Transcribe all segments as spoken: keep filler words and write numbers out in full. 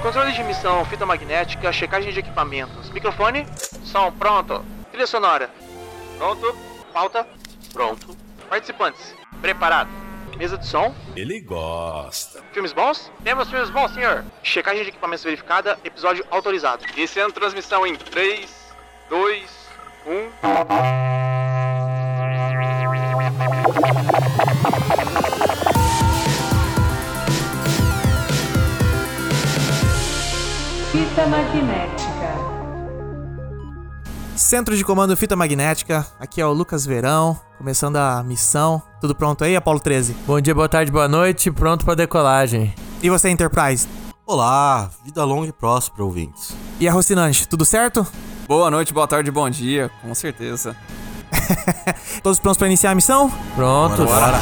Controle de emissão, fita magnética, checagem de equipamentos. Microfone, som, pronto. Trilha sonora, pronto. Pauta, pronto. Participantes, preparado. Mesa de som. Ele gosta. Filmes bons? Temos filmes bons, senhor. Checagem de equipamentos verificada, episódio autorizado. Iniciando transmissão em três, dois, um... Fita magnética. Centro de comando Fita Magnética, aqui é o Lucas Verão, começando a missão. Tudo pronto aí, Apollo treze? Bom dia, boa tarde, boa noite, pronto pra decolagem. E você, Enterprise? Olá, vida longa e próspera, ouvintes. E a Rocinante, tudo certo? Boa noite, boa tarde, bom dia, com certeza. Todos prontos pra iniciar a missão? Prontos. Bora, bora.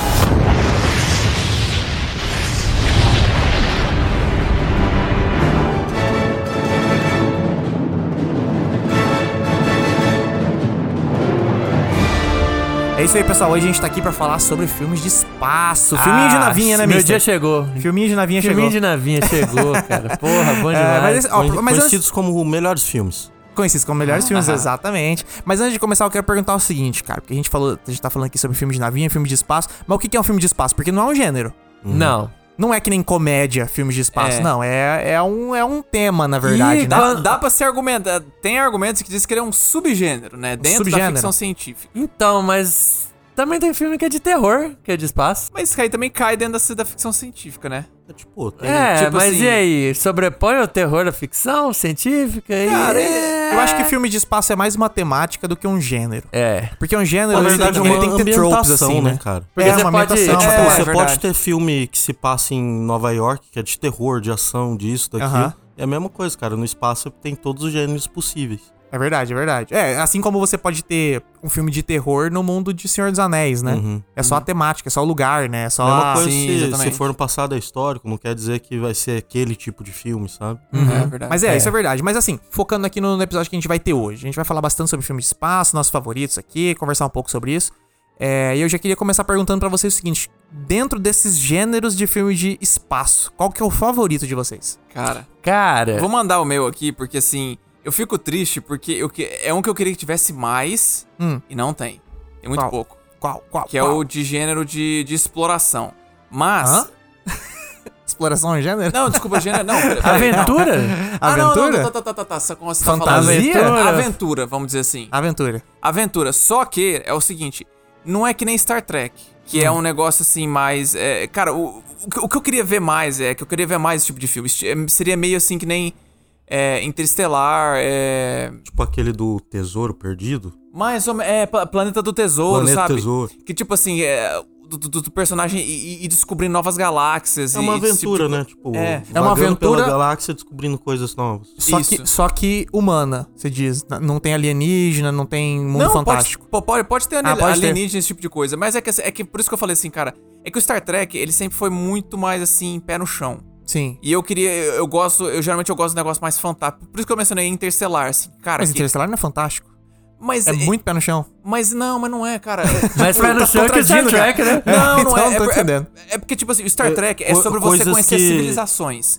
É isso aí, pessoal. Hoje a gente tá aqui pra falar sobre filmes de espaço. Filminho de navinha, né, Meu mister? dia chegou. Filminho de navinha Filminho chegou. de navinha chegou, cara. Porra, bom demais. É, mas esse- ó, Conhe- mas Conhecidos como melhores filmes. Conhecidos como melhores filmes, exatamente. Mas antes de começar, eu quero perguntar o seguinte, cara. Porque a gente falou, a gente tá falando aqui sobre filme de navinha, filme de espaço. Mas o que que é um filme de espaço? Porque não é um gênero. Não. Não é que nem comédia, filmes de espaço. É. Não, é, é, um, é um tema, na verdade, E né? dá, dá pra ser argumentar. Tem argumentos que dizem que ele é um subgênero, né? Dentro Subgênero. da ficção científica. Então, mas também tem filme que é de terror, que é de espaço. Mas isso aí também cai dentro da, da ficção científica, né? É tipo, tem... É, tipo mas assim- e aí? Sobrepõe o terror da ficção científica? E... Cara, é... Eu acho que filme de espaço é mais uma temática do que um gênero. É. Porque um gênero, Na ele, verdade, é ele uma tem que ter tropes, ambientação, assim, né, né? cara? Porque é você uma pode- ambientação. é, tipo, Tipo, é você verdade. pode ter filme que se passa em Nova York, que é de terror, de ação, disso, daquilo. Aham. É a mesma coisa, cara. No espaço tem todos os gêneros possíveis. É verdade, é verdade. É, assim como você pode ter um filme de terror no mundo de Senhor dos Anéis, né? Uhum. É só a temática, é só o lugar, né? É só a mesma a... coisa sim, se, exatamente. se for no passado é histórico, não quer dizer que vai ser aquele tipo de filme, sabe? Uhum. É verdade. Mas é, É. isso é verdade. Mas assim, focando aqui no, no episódio que a gente vai ter hoje. A gente vai falar bastante sobre filmes de espaço, nossos favoritos aqui, conversar um pouco sobre isso. É, e eu já queria começar perguntando pra vocês o seguinte. Dentro desses gêneros de filme de espaço, qual que é o favorito de vocês? Cara, Cara, eu vou mandar o meu aqui, porque assim, eu fico triste porque eu, que- é um que eu queria que tivesse mais Hum, e não tem. Tem muito Qual? pouco. qual? Qual? Que é qual? o de gênero de, de exploração. Mas. Hã? Exploração é um gênero? Não, desculpa, gênero. Não, pera- peraí, não. aventura? Ah, não, Aventura? não, tá, tá, tá, tá, tá. Só como você tá Fantasia? falando. Aventura? Aventura, vamos dizer assim. Aventura. Aventura. Só que é o seguinte, não é que nem Star Trek, que é um negócio assim mais... é, cara, o, o, que- o que eu queria ver mais é que eu queria ver mais esse tipo de filme. Esti- é, Seria meio assim que nem é, Interestelar, é... Tipo aquele do Tesouro Perdido. Mais ou menos... É, Pla- Planeta do Tesouro, Planeta sabe? Tesouro. Que tipo assim, é... Do, do- do personagem e, e descobrir novas galáxias. É uma e esse tipo aventura, de- né? Tipo, É. É uma vagando aventura- pela galáxia descobrindo coisas novas. Só Isso. que, só que humana, você diz. N- Não tem alienígena, não tem mundo Não, fantástico. Pode, pode, pode ter Ah, ali- pode ter. alienígena, esse tipo de coisa. Mas é que, é que por isso que eu falei assim, cara. É que o Star Trek, ele sempre foi muito mais assim, pé no chão. Sim. E eu queria, eu, eu gosto, eu geralmente eu gosto de negócio mais fantástico. Por isso que eu mencionei Interstellar, assim, cara. Mas que- Interestelar não é fantástico. mas É muito pé no chão. Mas não, mas não é, cara. É- Mas pé no Tá chão que o Star contradindo, Trek, né? Não, Então, não é. não tô é, entendendo. é, é porque, tipo assim, o Star É, Trek é co- sobre você coisas conhecer que- civilizações.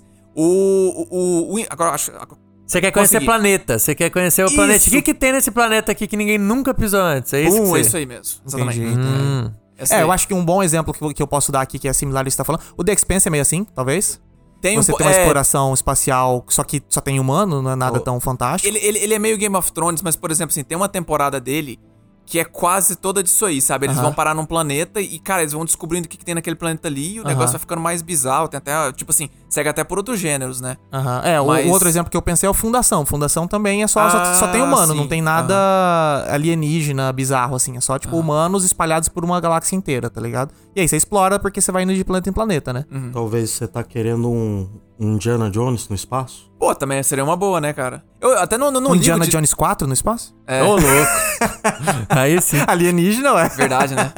O. O. o, o agora, eu acho. Você quer conhecer Consegui. planeta, você quer conhecer o Isso. planeta. O que, que tem nesse planeta aqui que ninguém nunca pisou antes? É isso Pum, que é você... isso aí mesmo. Exatamente. Entendi, entendi. Hum. Essa É, aí. eu acho que um bom exemplo que, eu- que eu posso dar aqui, que é similar ao que você tá falando, o The Expanse é meio assim, talvez. Tem um Você po- tem uma é, exploração espacial, só que só tem humano, não é nada Oh, tão fantástico. Ele, ele, ele é meio Game of Thrones, mas, por exemplo, assim, tem uma temporada dele que é quase toda disso aí, sabe? Eles Aham. vão parar num planeta e, cara, eles vão descobrindo o que, que tem naquele planeta ali e o Aham. negócio vai ficando mais bizarro. Tem até, tipo assim, segue até por outros gêneros, né? Aham. É, o- Mas- o outro exemplo que eu pensei é o Fundação. Fundação também é só, só, Ah, só tem humano, sim. não tem nada alienígena, bizarro, assim. É só, tipo, humanos espalhados por uma galáxia inteira, tá ligado? E aí você explora porque você vai indo de planeta em planeta, né? Uhum. Talvez você tá querendo um, um Indiana Jones no espaço. Pô, também seria uma boa, né, cara? Eu até não, não, não Um ligo Indiana de... Jones quatro no espaço? É, Ô, louco. Aí sim. Alienígena, ué. verdade, né?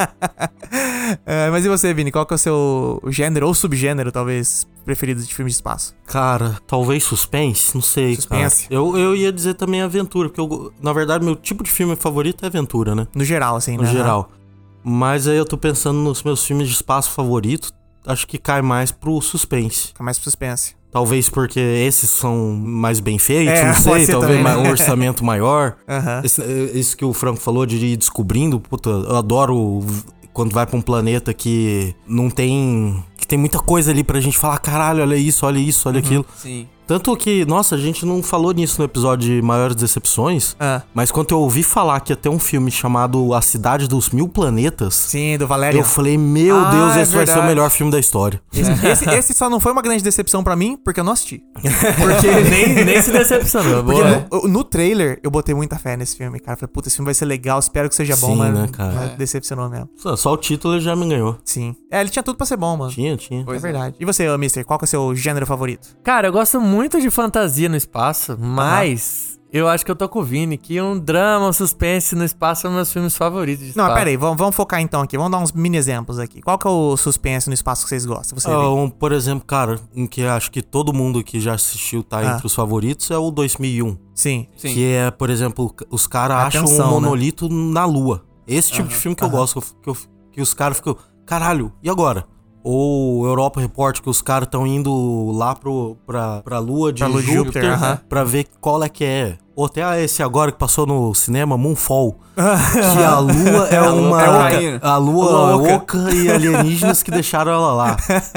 É, mas e você, Vini? Qual que é o seu gênero ou subgênero, talvez, preferido de filmes de espaço? Cara, talvez suspense, não sei, Suspense. cara. Eu, eu ia dizer também aventura, porque eu, na verdade meu tipo de filme favorito é aventura, né? No geral, assim, No né? geral. Mas aí eu tô pensando nos meus filmes de espaço favoritos, acho que cai mais pro suspense. Fica mais pro suspense. Talvez porque esses são mais bem feitos, É, não pode sei. ser Talvez também, mais- né? um orçamento maior. Aham. Esse- Isso que o Franco falou de ir descobrindo. Puta, eu adoro quando vai pra um planeta que não tem... Que tem muita coisa ali pra gente falar, caralho, olha isso, olha isso, olha aquilo. Sim. Tanto que, nossa, a gente não falou nisso no episódio de Maiores Decepções, Ah. mas quando eu ouvi falar que ia ter um filme chamado A Cidade dos Mil Planetas, Sim, do Valerian. eu falei, meu Ah, Deus, é esse vai ser o verdade. melhor filme da história. Esse, esse- esse só não foi uma grande decepção pra mim, porque eu não assisti. Porque nem, nem se decepcionou. Porque Boa. no, no trailer eu botei muita fé nesse filme, cara. Falei, puta, esse filme vai ser legal, espero que seja bom, Sim, mas, né, cara? mas decepcionou mesmo. Só, só o título ele já me ganhou. Sim. É, ele tinha tudo pra ser bom, mano. Tinha, tinha. É verdade. E você, ô, mister, qual que é o seu gênero favorito? Cara, eu gosto muito de fantasia no espaço, mas eu acho que eu tô com o Vini, que um drama, um suspense no espaço são meus filmes favoritos de Não, espaço. mas pera aí, vamos, vamos focar então aqui. Vamos dar uns mini exemplos aqui. Qual que é o suspense no espaço que vocês gostam? Você, Ah, Vini? um, por exemplo, cara, um que acho que todo mundo que já assistiu tá Ah. entre os favoritos é o dois mil e um. Sim. Sim. Que é, por exemplo, os caras acham Atenção, um né? monolito na Lua. Esse tipo de filme que eu gosto, que, eu- que os caras ficam, caralho, e agora? Ou Europa Report, que os caras estão indo lá pro, pra, pra Lua de Pra Lua de Júpiter, Júpiter, aham. pra ver qual é que é. Ou até esse agora que passou no cinema, Moonfall. que a Lua é uma... é oca. a Lua, Lua oca. oca e alienígenas que deixaram ela lá.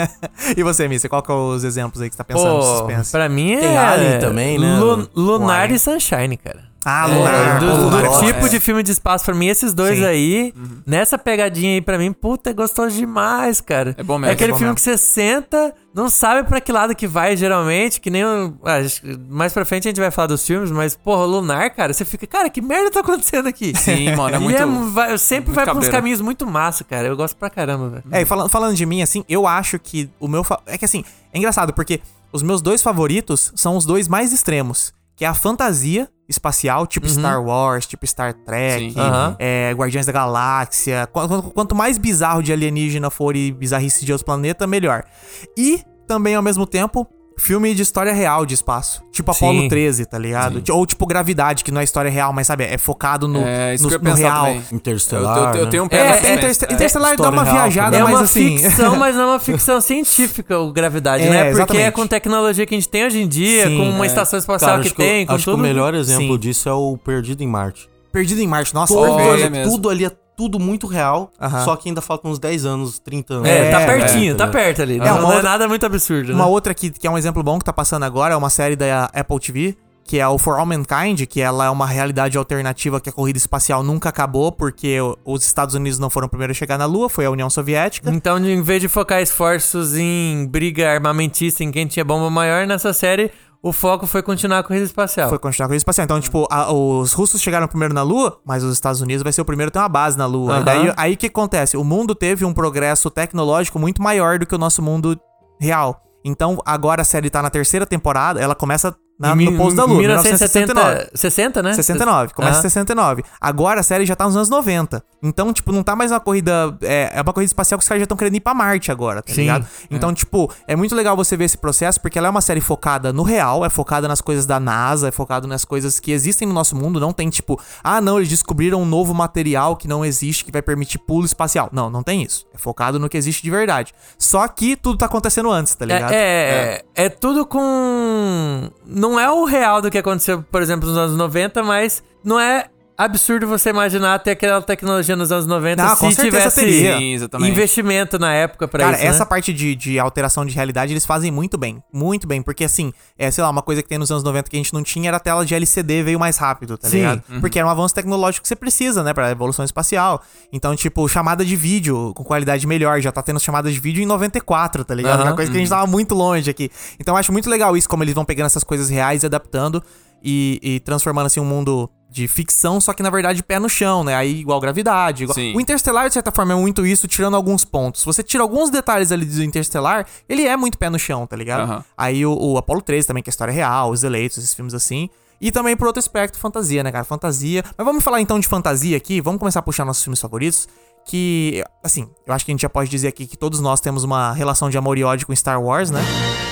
E você, mister, qual que é os exemplos aí que você tá pensando no Pô, suspense? pra mim é... Tem Alien também, né? Lu- Lunar Alien. e Sunshine, cara. Ah, É, Lunar. do, pô, do Lunar, tipo é. de filme de espaço, pra mim, esses dois Sim. aí, nessa pegadinha aí, pra mim, puta, é gostoso demais, cara. É bom mesmo, É aquele é bom filme mesmo. que você senta, não sabe pra que lado que vai, geralmente, que nem o... ah, acho que mais pra frente a gente vai falar dos filmes, mas, porra, Lunar, cara, você fica, cara, que merda tá acontecendo aqui? Sim, mano, é E muito... é, vai, sempre muito vai pra uns cabreiro. caminhos muito massa, cara. Eu gosto pra caramba, velho. É, e falando, falando de mim, assim, eu acho que o meu... Fa... É que assim, é engraçado, porque os meus dois favoritos são os dois mais extremos. Que é a fantasia espacial, tipo Star Wars, tipo Star Trek, Sim. Aham. é, Guardiões da Galáxia. Qu- qu- Quanto mais bizarro de alienígena for e bizarrice de outros planetas, melhor. E também, ao mesmo tempo, filme de história real de espaço. Tipo Apollo Sim. treze, tá ligado? Ou tipo Gravidade, que não é história real, mas sabe, é focado no, É, isso no, que eu ia no pensar real. também. Interestelar, Eu, eu, eu né? tenho um pé É, na é, suspense. Interest- Interstellar dá história uma real viajada, também. É mas uma assim... ficção, mas não é uma ficção científica, o Gravidade, É, né? Porque exatamente. é com tecnologia que a gente tem hoje em dia, Sim, com uma é. estação espacial Cara, que acho que, tem, eu- com acho tudo. que o melhor exemplo Sim. disso é o Perdido em Marte. Perdido em Marte, nossa, Tudo, Olha perfeito. ali, mesmo. tudo ali é tudo muito real, Aham. só que ainda faltam uns dez anos, trinta anos. É, tá É, pertinho, é, tá é. perto ali. É, não, uma não é outra- nada muito absurdo, Uma né? outra que, que é um exemplo bom que tá passando agora é uma série da Apple T V, que é o For All Mankind, que ela é uma realidade alternativa que a corrida espacial nunca acabou, porque o- os Estados Unidos não foram o primeiro a chegar na Lua, foi a União Soviética. Então, de- em vez de focar esforços em briga armamentista, em quem tinha bomba maior, nessa série, o foco foi continuar a corrida espacial. Foi continuar a corrida espacial. Então, tipo, a- os russos chegaram primeiro na Lua, mas os Estados Unidos vai ser o primeiro a ter uma base na Lua. Aham. E daí, aí o que acontece? O mundo teve um progresso tecnológico muito maior do que o nosso mundo real. Então, agora a série tá na terceira temporada, ela começa na, Em no pouso da Lua, mil novecentos e mil novecentos e sessenta e nove. setenta, sessenta, né? sessenta e nove, começa em Ah. sessenta e nove. Agora a série já tá nos anos noventa. Então, tipo, não tá mais uma corrida. É, é uma corrida espacial que os caras já estão querendo ir pra Marte agora, tá Sim. ligado? Então, tipo, é muito legal você ver esse processo, porque ela é uma série focada no real, é focada nas coisas da NASA, é focada nas coisas que existem no nosso mundo. Não tem, tipo, ah, não, eles descobriram um novo material que não existe, que vai permitir pulo espacial. Não, não tem isso. É focado no que existe de verdade. Só que tudo tá acontecendo antes, tá ligado? É, é, é, é tudo com... Não é o real do que aconteceu, por exemplo, nos anos noventa, mas não é absurdo você imaginar ter aquela tecnologia nos anos noventa Não, se com certeza tivesse teria. Sim, exatamente. investimento na época pra Cara, isso, essa né? parte de, de alteração de realidade eles fazem muito bem. Muito bem. Porque, assim, é, sei lá, uma coisa que tem nos anos noventa que a gente não tinha era a tela de L C D veio mais rápido, tá Sim. ligado? Porque era um avanço tecnológico que você precisa, né, pra evolução espacial. Então, tipo, chamada de vídeo com qualidade melhor. Já tá tendo chamada de vídeo em noventa e quatro, tá ligado? Aham. Uma coisa que a gente tava muito longe aqui. Então, eu acho muito legal isso, como eles vão pegando essas coisas reais e adaptando e, e transformando, assim, um mundo de ficção, só que na verdade pé no chão, né? Aí igual Gravidade. Igual... Sim. O Interstellar, de certa forma, é muito isso, tirando alguns pontos. Se você tira alguns detalhes ali do Interstellar, ele é muito pé no chão, tá ligado? Aham. Aí o, o Apollo treze também, que é história real, Os Eleitos, esses filmes assim. E também, por outro aspecto, fantasia, né, cara? Fantasia. Mas vamos falar então de fantasia aqui, vamos começar a puxar nossos filmes favoritos. Que, assim, eu acho que a gente já pode dizer aqui que todos nós temos uma relação de amor e ódio com Star Wars, né?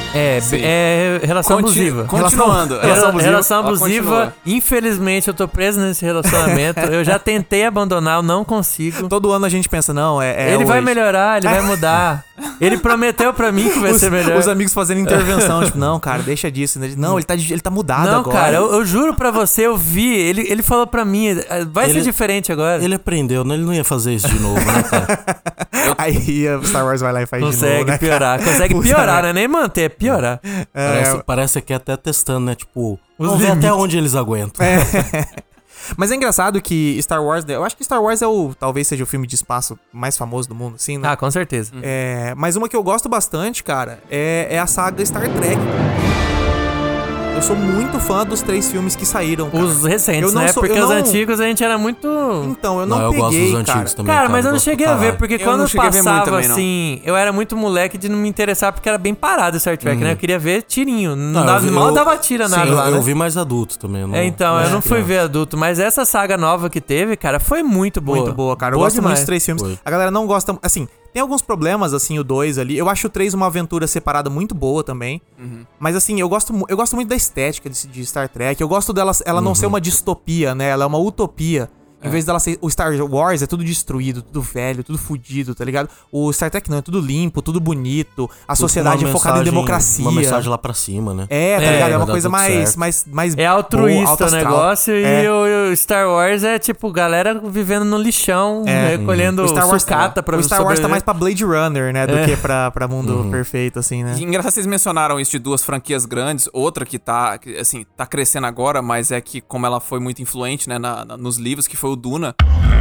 É, Sim. é relação Conti- abusiva. Continuando. Relação, Relação abusiva. relação Ela abusiva. continua. Infelizmente, eu tô preso nesse relacionamento. Eu já tentei abandonar, eu não consigo. Todo ano a gente pensa, não, é. é ele vai hoje. melhorar, ele vai mudar. Ele prometeu pra mim que vai Os, ser melhor. os amigos fazendo intervenção, tipo, não, cara, deixa disso. né? Não, ele tá, ele tá mudado Não, agora. cara, eu, eu juro pra você, eu vi. Ele, ele falou pra mim, vai Ele- ser diferente agora. Ele aprendeu, né? Ele não ia fazer isso de novo, né, cara? Aí a Star Wars vai lá e faz de Consegue novo, né? piorar, consegue Puta piorar, merda. né? Nem manter, é piorar. Parece, parece que é até testando, né? Tipo, Os vamos ver até limites. onde eles aguentam. Mas é engraçado que Star Wars, eu acho que Star Wars é o, talvez seja o filme de espaço mais famoso do mundo, assim, né? Ah, com certeza. É, mas uma que eu gosto bastante, cara, é, é a saga Star Trek. Eu sou muito fã dos três filmes que saíram, cara. Os recentes, Eu não né? sou- Porque eu os não- antigos a gente era muito... Então, eu não, Não, eu peguei, gosto dos cara. antigos também. Cara, mas eu não gosto pra cheguei a ver, caralho. porque Eu quando não cheguei a ver muito passava também, não. assim, eu era muito moleque de não me interessar porque era bem parado Star Trek, né? Eu queria ver tirinho. Não, Não, dava- eu vi- mal eu- dava tira Sim, nada eu, lá, eu né? vi mais adulto também. eu Não, É, então, eu não fui criança. ver adulto, mas essa saga nova que teve, cara, foi muito boa. Muito boa, cara. Eu Boa gosto muito demais. dos três filmes. Foi. A galera não gosta. Assim, tem alguns problemas, assim, o dois ali. Eu acho o três uma aventura separada muito boa também. Mas, assim, eu gosto, mu- eu gosto muito da estética de, de Star Trek. Eu gosto dela ela não ser uma distopia, né? Ela é uma utopia. Em vez dela ser. O Star Wars é tudo destruído, tudo velho, tudo fudido, tá ligado? O Star Trek não, é tudo limpo, tudo bonito. A sociedade é Uma focada em mensagem- democracia. Uma mensagem lá pra cima, né? É, tá É, ligado? É vai uma dar coisa tudo mais, certo. mais, mais. É boa, altruísta alto o astral. negócio É. e o, o Star Wars é tipo galera vivendo no lixão, É. recolhendo O Star Wars, sucata pra o Star Wars tá sobreviver. mais pra Blade Runner, né? Do É. que pra, pra mundo perfeito, assim, né? E engraçado, vocês mencionaram isso de duas franquias grandes. Outra que tá, que, assim, tá crescendo agora, mas é que como ela foi muito influente, né, na- na- nos livros, que foi o Duna.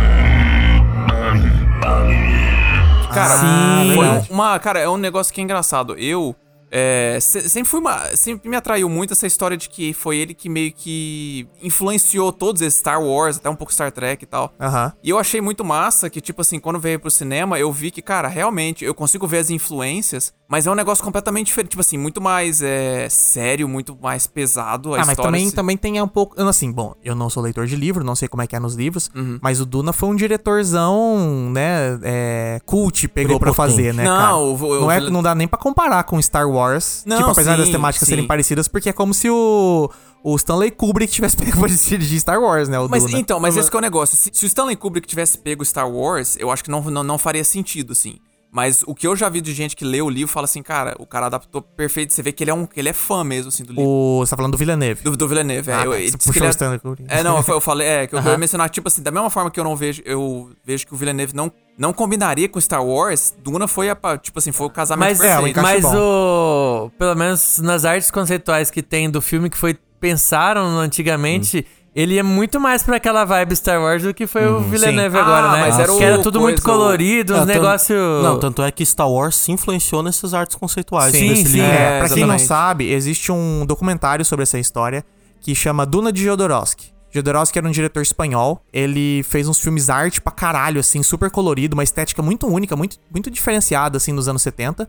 Cara, Ah, foi verdade. uma... Cara, é um negócio que é engraçado. Eu... é, se- sempre fui uma, sempre me atraiu muito essa história de que foi ele que meio que influenciou todos esses Star Wars, até um pouco Star Trek e tal. Aham. E eu achei muito massa que, tipo assim, quando veio pro cinema, eu vi que, cara, realmente, eu consigo ver as influências, mas é um negócio completamente diferente. Tipo assim, muito mais é, sério, muito mais pesado a Ah, mas história. também, se- também tem um pouco. eu, Assim, bom, eu não sou leitor de livro, não sei como é que é nos livros, Uhum. mas o Duna foi um diretorzão, né? É, cult, pegou pra Prepotente. fazer, né? Não, cara? eu vou- eu não, é, vou- não dá nem pra comparar com Star Wars. Não, tipo, apesar das sim, temáticas sim. serem parecidas, porque é como se o. O Stanley Kubrick tivesse pego pra dirigir Star Wars, né? O Mas Duna. então, mas esse que é o negócio. Se, se o Stanley Kubrick tivesse pego Star Wars, eu acho que não, não, não faria sentido, assim. Mas o que eu já vi de gente que lê o livro fala assim, cara, o cara adaptou perfeito. Você vê que ele é um, que ele é fã mesmo, assim, do livro. O, você tá falando do Villeneuve. Do, do Villeneuve, é. Ah, eu, tá, ele você disse que puxou ele o é- Stanley Kubrick. É, não, eu, eu falei, é, que eu Aham. ia mencionar, tipo assim, da mesma forma que eu não vejo, eu vejo que o Villeneuve não, não combinaria com Star Wars, Duna foi, a, pa- tipo assim, foi o casamento Mas, É, um perfeito. encaixe mas bom. o. Pelo menos nas artes conceituais que tem do filme que foi pensaram antigamente, ele é muito mais pra aquela vibe Star Wars do que foi o Villeneuve Sim. agora, Ah, né? mas era que era o tudo coisa, muito colorido, uns É, tan- negócios. Não, tanto é que Star Wars se influenciou nessas artes conceituais. Sim, desse sim, livro. É, É, pra quem não exatamente. sabe, existe um documentário sobre essa história que chama Duna de Jodorowsky. Jodorowsky era um diretor espanhol, ele fez uns filmes arte pra caralho, assim, super colorido, uma estética muito única, muito, muito diferenciada, assim, nos anos setenta,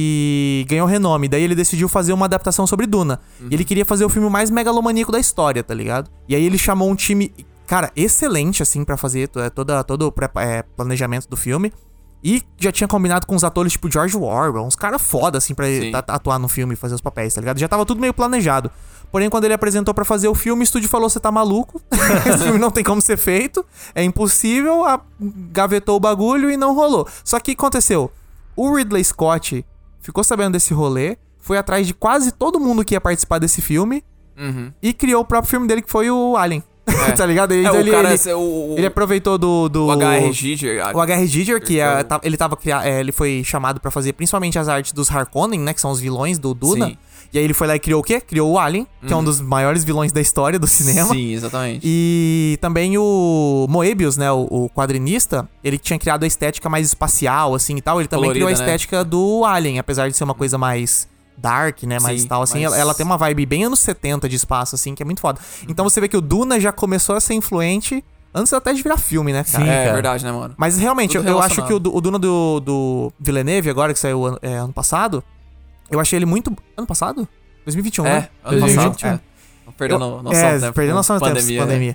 e ganhou renome. Daí ele decidiu fazer uma adaptação sobre Duna. E ele queria fazer o filme mais megalomaníaco da história, tá ligado? E aí ele chamou um time, cara, excelente, assim, pra fazer to- toda, todo o pre- é, planejamento do filme. E já tinha combinado com uns atores tipo George Orwell, uns caras foda, assim, pra Sim. ta- atuar no filme e fazer os papéis, tá ligado? Já tava tudo meio planejado. Porém, quando ele apresentou pra fazer o filme, o estúdio falou: você tá maluco? Esse filme não tem como ser feito, é impossível, a- gavetou o bagulho e não rolou. Só que o que aconteceu? O Ridley Scott ficou sabendo desse rolê, foi atrás de quase todo mundo que ia participar desse filme Uhum. e criou o próprio filme dele, que foi o Alien. É. Tá ligado? É, Então o ele, cara, ele, esse é o, ele aproveitou do... do o H R. Giger. o H R. Giger, que é, Então- tá- ele tava cria- é, ele foi chamado pra fazer principalmente as artes dos Harkonnen, né, que são os vilões do Duna. Sim. E aí ele foi lá e criou o quê? Criou o Alien, que é um dos maiores vilões da história do cinema. Sim, exatamente. E também o Moebius, né, o, o quadrinista, ele tinha criado a estética mais espacial, assim, e tal. Ele também Colorida, criou a né? estética do Alien, apesar de ser uma coisa mais dark, né, mais Sim, tal, assim. mas- Ela, ela tem uma vibe bem anos setenta de espaço, assim, que é muito foda. Então você vê que o Duna já começou a ser influente antes até de virar filme, né, cara? Sim, é cara. verdade, né, mano? Mas realmente, eu, Tudo eu acho que o, relacionado. Du- o Duna do, do Villeneuve, agora que saiu ano, é, ano passado, eu achei ele muito... Ano passado? dois mil e vinte e um, É, né? ano dois mil e passado. vinte e um. É. Perdendo Eu- noção é, do tempo. perdendo noção do tempo, pandemia. pandemia.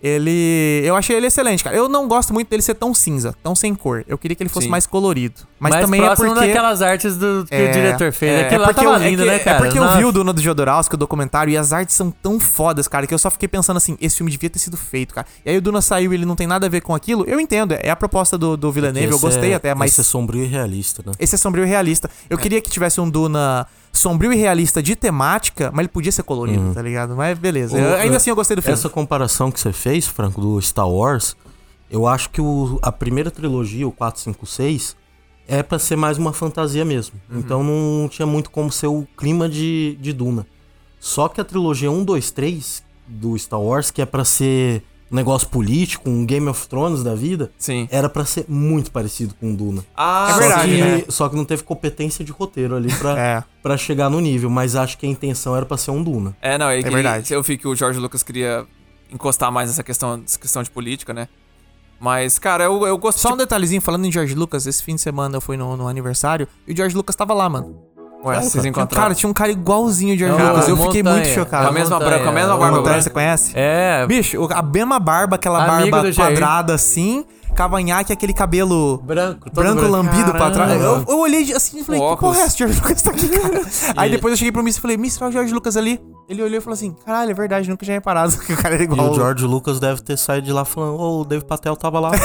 Ele... Eu achei ele excelente, cara. Eu não gosto muito dele ser tão cinza, tão sem cor. Eu queria que ele fosse Sim. mais colorido. Mas Mais também é próximo porque... daquelas artes do, que É, o diretor fez. é, Aquilo é lá porque tava eu- lindo, é que- né, é cara? É porque eu Nossa. vi o Duna do Jodorowsky, o documentário, e as artes são tão fodas, cara, que eu só fiquei pensando assim, esse filme devia ter sido feito, cara. E aí o Duna saiu e ele não tem nada a ver com aquilo. Eu entendo, é a proposta do, do Villeneuve, eu Esse gostei é- até, mas... Esse é sombrio e realista, né? Esse é sombrio e realista. Eu queria que tivesse um Duna sombrio e realista de temática, mas ele podia ser colorido, tá ligado? Mas beleza. Eu- O- ainda assim eu gostei do filme. Essa comparação que você fez, Franco, do Star Wars, eu acho que o, a primeira trilogia, o quatro, cinco, seis, é pra ser mais uma fantasia mesmo. Então não tinha muito como ser o clima de, de Duna. Só que a trilogia um, dois, três do Star Wars, que é pra ser um negócio político, um Game of Thrones da vida, Sim. era pra ser muito parecido com Duna. Ah, É Só verdade, que, né? Só que não teve competência de roteiro ali pra, É. pra chegar no nível, mas acho que a intenção era pra ser um Duna. É, não, é, que verdade. Eu vi que o George Lucas queria encostar mais nessa questão, nessa questão de política, né? Mas, cara, eu, eu gostei. Só um detalhezinho, falando em George Lucas, esse fim de semana eu fui no, no aniversário e o George Lucas tava lá, mano. Ué, vocês Tinha um encontraram. cara, tinha um cara igualzinho o George É o Lucas. Eu fiquei Montanha. muito chocado. Com a mesma Montanha, branca, com a mesma o barba Montanha, branca. você conhece? É, Bicho, o- a mesma barba, aquela Amigo barba do Jair. quadrada assim, cavanhaque, aquele cabelo branco, todo branco, branco. lambido pra trás. Caramba. Eu, eu olhei assim e falei, Com que porra óculos. é essa? George Lucas tá aqui, cara. Aí depois eu cheguei pro mister e falei, mister, olha o George Lucas ali. Ele olhou e falou assim, caralho, é verdade, nunca tinha reparado que o cara era E igual. o George Lucas deve ter saído de lá falando, ô, o Dave Patel tava lá,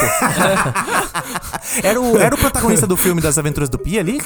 pô. Era o, era o protagonista do filme das Aventuras do Pi ali?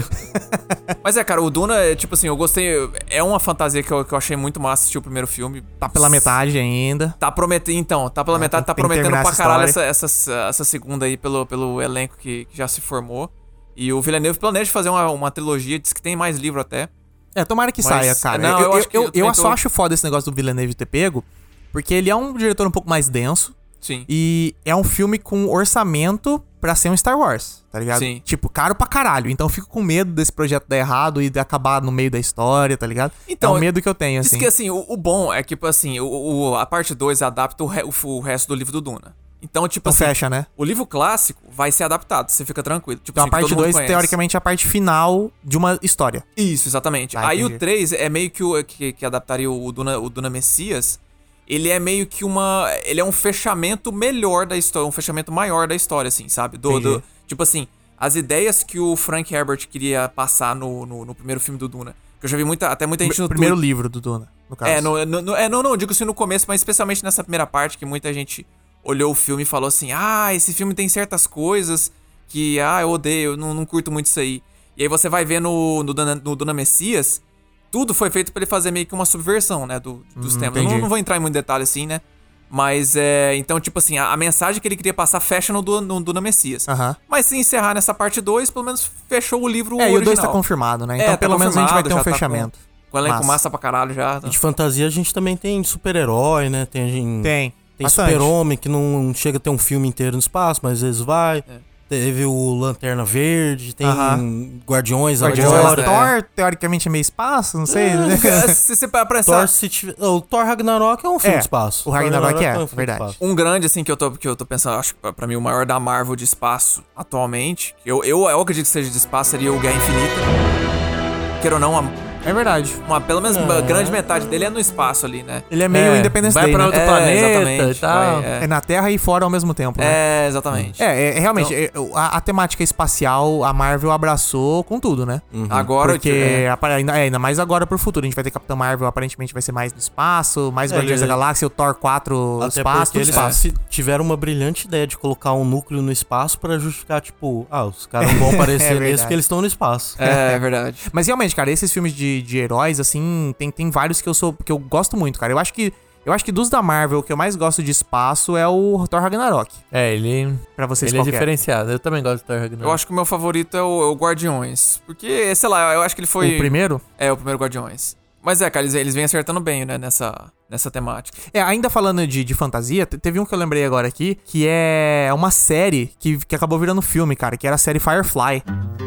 Mas é, cara, o Duna, é, tipo assim, eu gostei. É uma fantasia que eu, que eu achei muito massa assistir o primeiro filme. Tá pela metade ainda. Tá prometendo, então, tá pela metade, tem- tá tem que prometendo terminar pra essa caralho história. essa, essa, essa segunda aí pelo, pelo elenco que, que já se formou. E o Villeneuve planeja fazer uma, uma trilogia, diz que tem mais livro até. É, tomara que Mas- saia, cara. não, eu, eu eu, acho que eu, eu eu também só tô- acho foda esse negócio do Villeneuve ter pego, porque ele é um diretor um pouco mais denso Sim. e é um filme com orçamento pra ser um Star Wars, tá ligado? Sim. Tipo, caro pra caralho. Então eu fico com medo desse projeto dar errado e de acabar no meio da história, tá ligado? Então, é um medo que eu tenho, Diz assim. que assim, o, o bom é que, tipo assim, o, o- a parte dois adapta o, re- o, o resto do livro do Duna. Então, tipo Então assim, fecha, né? o livro clássico vai ser adaptado, você fica tranquilo. Tipo, Então assim, a que parte todo mundo dois, conhece. teoricamente, é a parte final de uma história. Isso, exatamente. Ah, Aí entendi. o três é meio que o que, que adaptaria o Duna, o Duna Messias. Ele é meio que uma. Ele é um fechamento melhor da história, um fechamento maior da história, assim, sabe? Do, Entendi. do- tipo assim, as ideias que o Frank Herbert queria passar no, no, no primeiro filme do Duna. Que eu já vi muita, até muita gente no Primeiro Twitter- livro do Duna, no caso. É, no, no, no- é, não, não, digo assim no começo, mas especialmente nessa primeira parte, que muita gente olhou o filme e falou assim: ah, esse filme tem certas coisas que, ah, eu odeio, eu não, não curto muito isso aí. E aí você vai ver no, no, Duna, no Duna Messias, tudo foi feito pra ele fazer meio que uma subversão, né, do, dos Hum, temas. Eu entendi. não, não vou entrar em muito detalhe assim, né? Mas, é, então, tipo assim, a, a mensagem que ele queria passar fecha no, Du- no Duna Messias. Aham. Mas se encerrar nessa parte dois, pelo menos fechou o livro É, e original. o dois tá confirmado, né? Então É, tá pelo menos a gente vai ter um confirmado, já tá fechamento. Com, com elenco Massa. massa pra caralho já. De fantasia a gente também tem super-herói, né? Tem, a gente- Tem. tem bastante. Super-Homem que não chega a ter um filme inteiro no espaço, mas às vezes vai. Teve o Lanterna Verde, tem Aham. Guardiões, Guardiões, agora. é. Thor, teoricamente, é meio espaço, não sei. né? Se você parar pra pensar, Thor, se tiver- o Thor Ragnarok é um filme É, de espaço. o Ragnarok Thor é, um filme de verdade. espaço. um grande, assim, que eu tô, que eu tô pensando, acho que pra- pra mim o maior da Marvel de espaço atualmente, eu, eu, eu acredito que seja de espaço, seria o Guerra Infinita. Queira ou não, uma, É verdade. uma- pelo menos uma grande metade dele é no espaço ali, né? Ele é meio É, Independence vai Day, pra né? outro É, planeta exatamente, e tal. vai, É na Terra e fora ao mesmo tempo, né? É, exatamente. É, é, realmente, é, a, a temática espacial, a Marvel abraçou com tudo, né? Agora, Porque, é, apa- ainda, é, ainda mais agora pro futuro. A gente vai ter Capitã Marvel, aparentemente vai ser mais no espaço, mais É, Guardiões da ele- Galáxia, o Thor quatro, Até espaço, porque tudo eles espaço. se- tiveram uma brilhante ideia de colocar um núcleo no espaço pra justificar, tipo, ah, os caras não vão aparecer verdade. nesse porque eles estão no espaço. é, é verdade. Mas realmente, cara, esses filmes de, de heróis, assim, tem, tem vários que eu sou que eu gosto muito, cara. Eu acho que eu acho que dos da Marvel, o que eu mais gosto de espaço é o Thor Ragnarok. É, ele, Pra vocês ele é qual que é? diferenciado. Eu também gosto do Thor Ragnarok. Eu acho que o meu favorito é o, é o Guardiões. Porque, sei lá, eu acho que ele foi... O primeiro? É, o primeiro Guardiões. Mas é, cara, eles, eles vêm acertando bem, né, nessa, nessa temática. É, ainda falando de, de fantasia, te- teve um que eu lembrei agora aqui, que é uma série que, que acabou virando filme, cara, que era a série Firefly.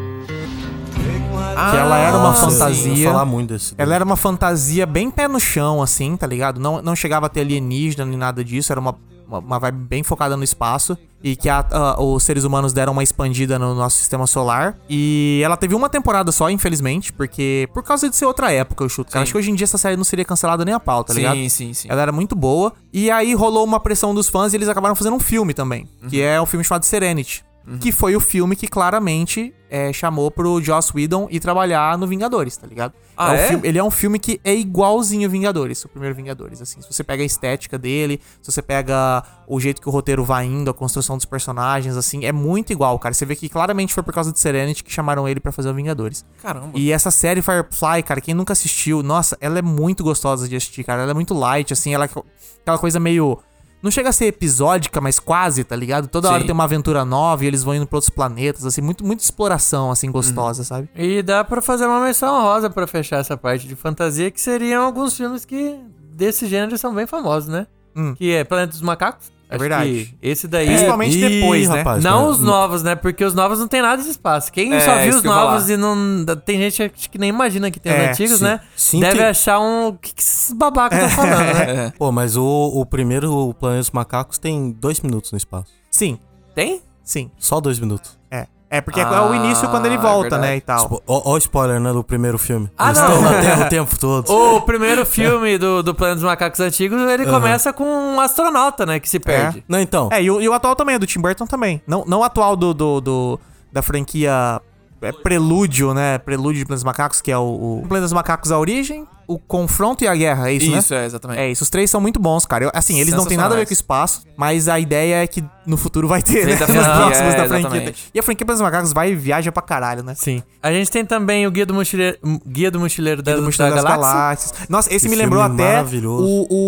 Que ela era uma Nossa, eu fantasia. vou falar muito desse. Ela era uma fantasia bem pé no chão, assim, tá ligado? Não, não chegava a ter alienígena nem nada disso, era uma uma, uma vibe bem focada no espaço. E que a, a, os seres humanos deram uma expandida no nosso sistema solar. E ela teve uma temporada só, infelizmente. Porque por causa de ser outra época, eu chuto. Cara, acho que hoje em dia essa série não seria cancelada nem a pau, tá sim, ligado? Sim, sim, sim. Ela era muito boa. E aí rolou uma pressão dos fãs e eles acabaram fazendo um filme também. Uhum. Que é um filme chamado Serenity. Uhum. Que foi o filme que claramente é, chamou pro Joss Whedon ir trabalhar no Vingadores, tá ligado? Ah, é um é? filme, ele é um filme que é igualzinho Vingadores, o primeiro Vingadores, assim. Se você pega a estética dele, se você pega o jeito que o roteiro vai indo, a construção dos personagens, assim, é muito igual, cara. Você vê que claramente foi por causa de Serenity que chamaram ele pra fazer o Vingadores. Caramba. E essa série Firefly, cara, quem nunca assistiu, nossa, ela é muito gostosa de assistir, cara. Ela é muito light, assim, ela é aquela coisa meio... Não chega a ser episódica, mas quase, tá ligado? Toda Sim. hora tem uma aventura nova e eles vão indo pra outros planetas, assim, muito, muito exploração, assim, gostosa, uhum. sabe? E dá pra fazer uma menção rosa pra fechar essa parte de fantasia, que seriam alguns filmes que, desse gênero, são bem famosos, né? Hum. Que é Planeta dos Macacos. É Acho verdade. Esse daí... Principalmente Ih, depois, né? rapaz, não cara. os novos, né? Porque os novos não tem nada de espaço. Quem É, só viu isso os que eu ia novos falar. e não... Tem gente que nem imagina que tem É, os antigos, sim. né? Sim Deve que- achar um... O que, que esses babacas estão falando, né? É. Pô, mas o, o primeiro, o Planeta dos Macacos, tem dois minutos no espaço. Sim, Tem? sim. Só dois minutos. É. É porque Ah, é o início quando ele é volta, verdade. né, e tal. Spo- Ó, ó o spoiler, né, do primeiro filme. Ah, Eles não. estão na Terra o tempo todo. O primeiro filme do, do Planeta dos Macacos Antigos, ele começa com um astronauta, né? Que se perde. Não, então. É, e o, e o atual também, é do Tim Burton também. Não, não o atual do, do, do- da franquia é, Prelúdio, né? Prelúdio de Planeta dos Macacos, que é o, o Planeta dos Macacos A Origem, o Confronto e a Guerra, é isso, né? Isso, é, exatamente. É isso, os três são muito bons, cara. Eu- assim, eles não têm nada a ver com espaço, mas a ideia é que no futuro vai ter, Sim, né? da Nos franquia, próximos é, da franquia. exatamente. E a franquia Planeta dos Macacos vai e viaja pra caralho, né? Sim. A gente tem também o Guia do Mochileiro, Guia do Mochileiro da, Do Mochileiro da das Galáxia. Galáxias. Nossa, esse Esse me lembrou filme até maravilhoso.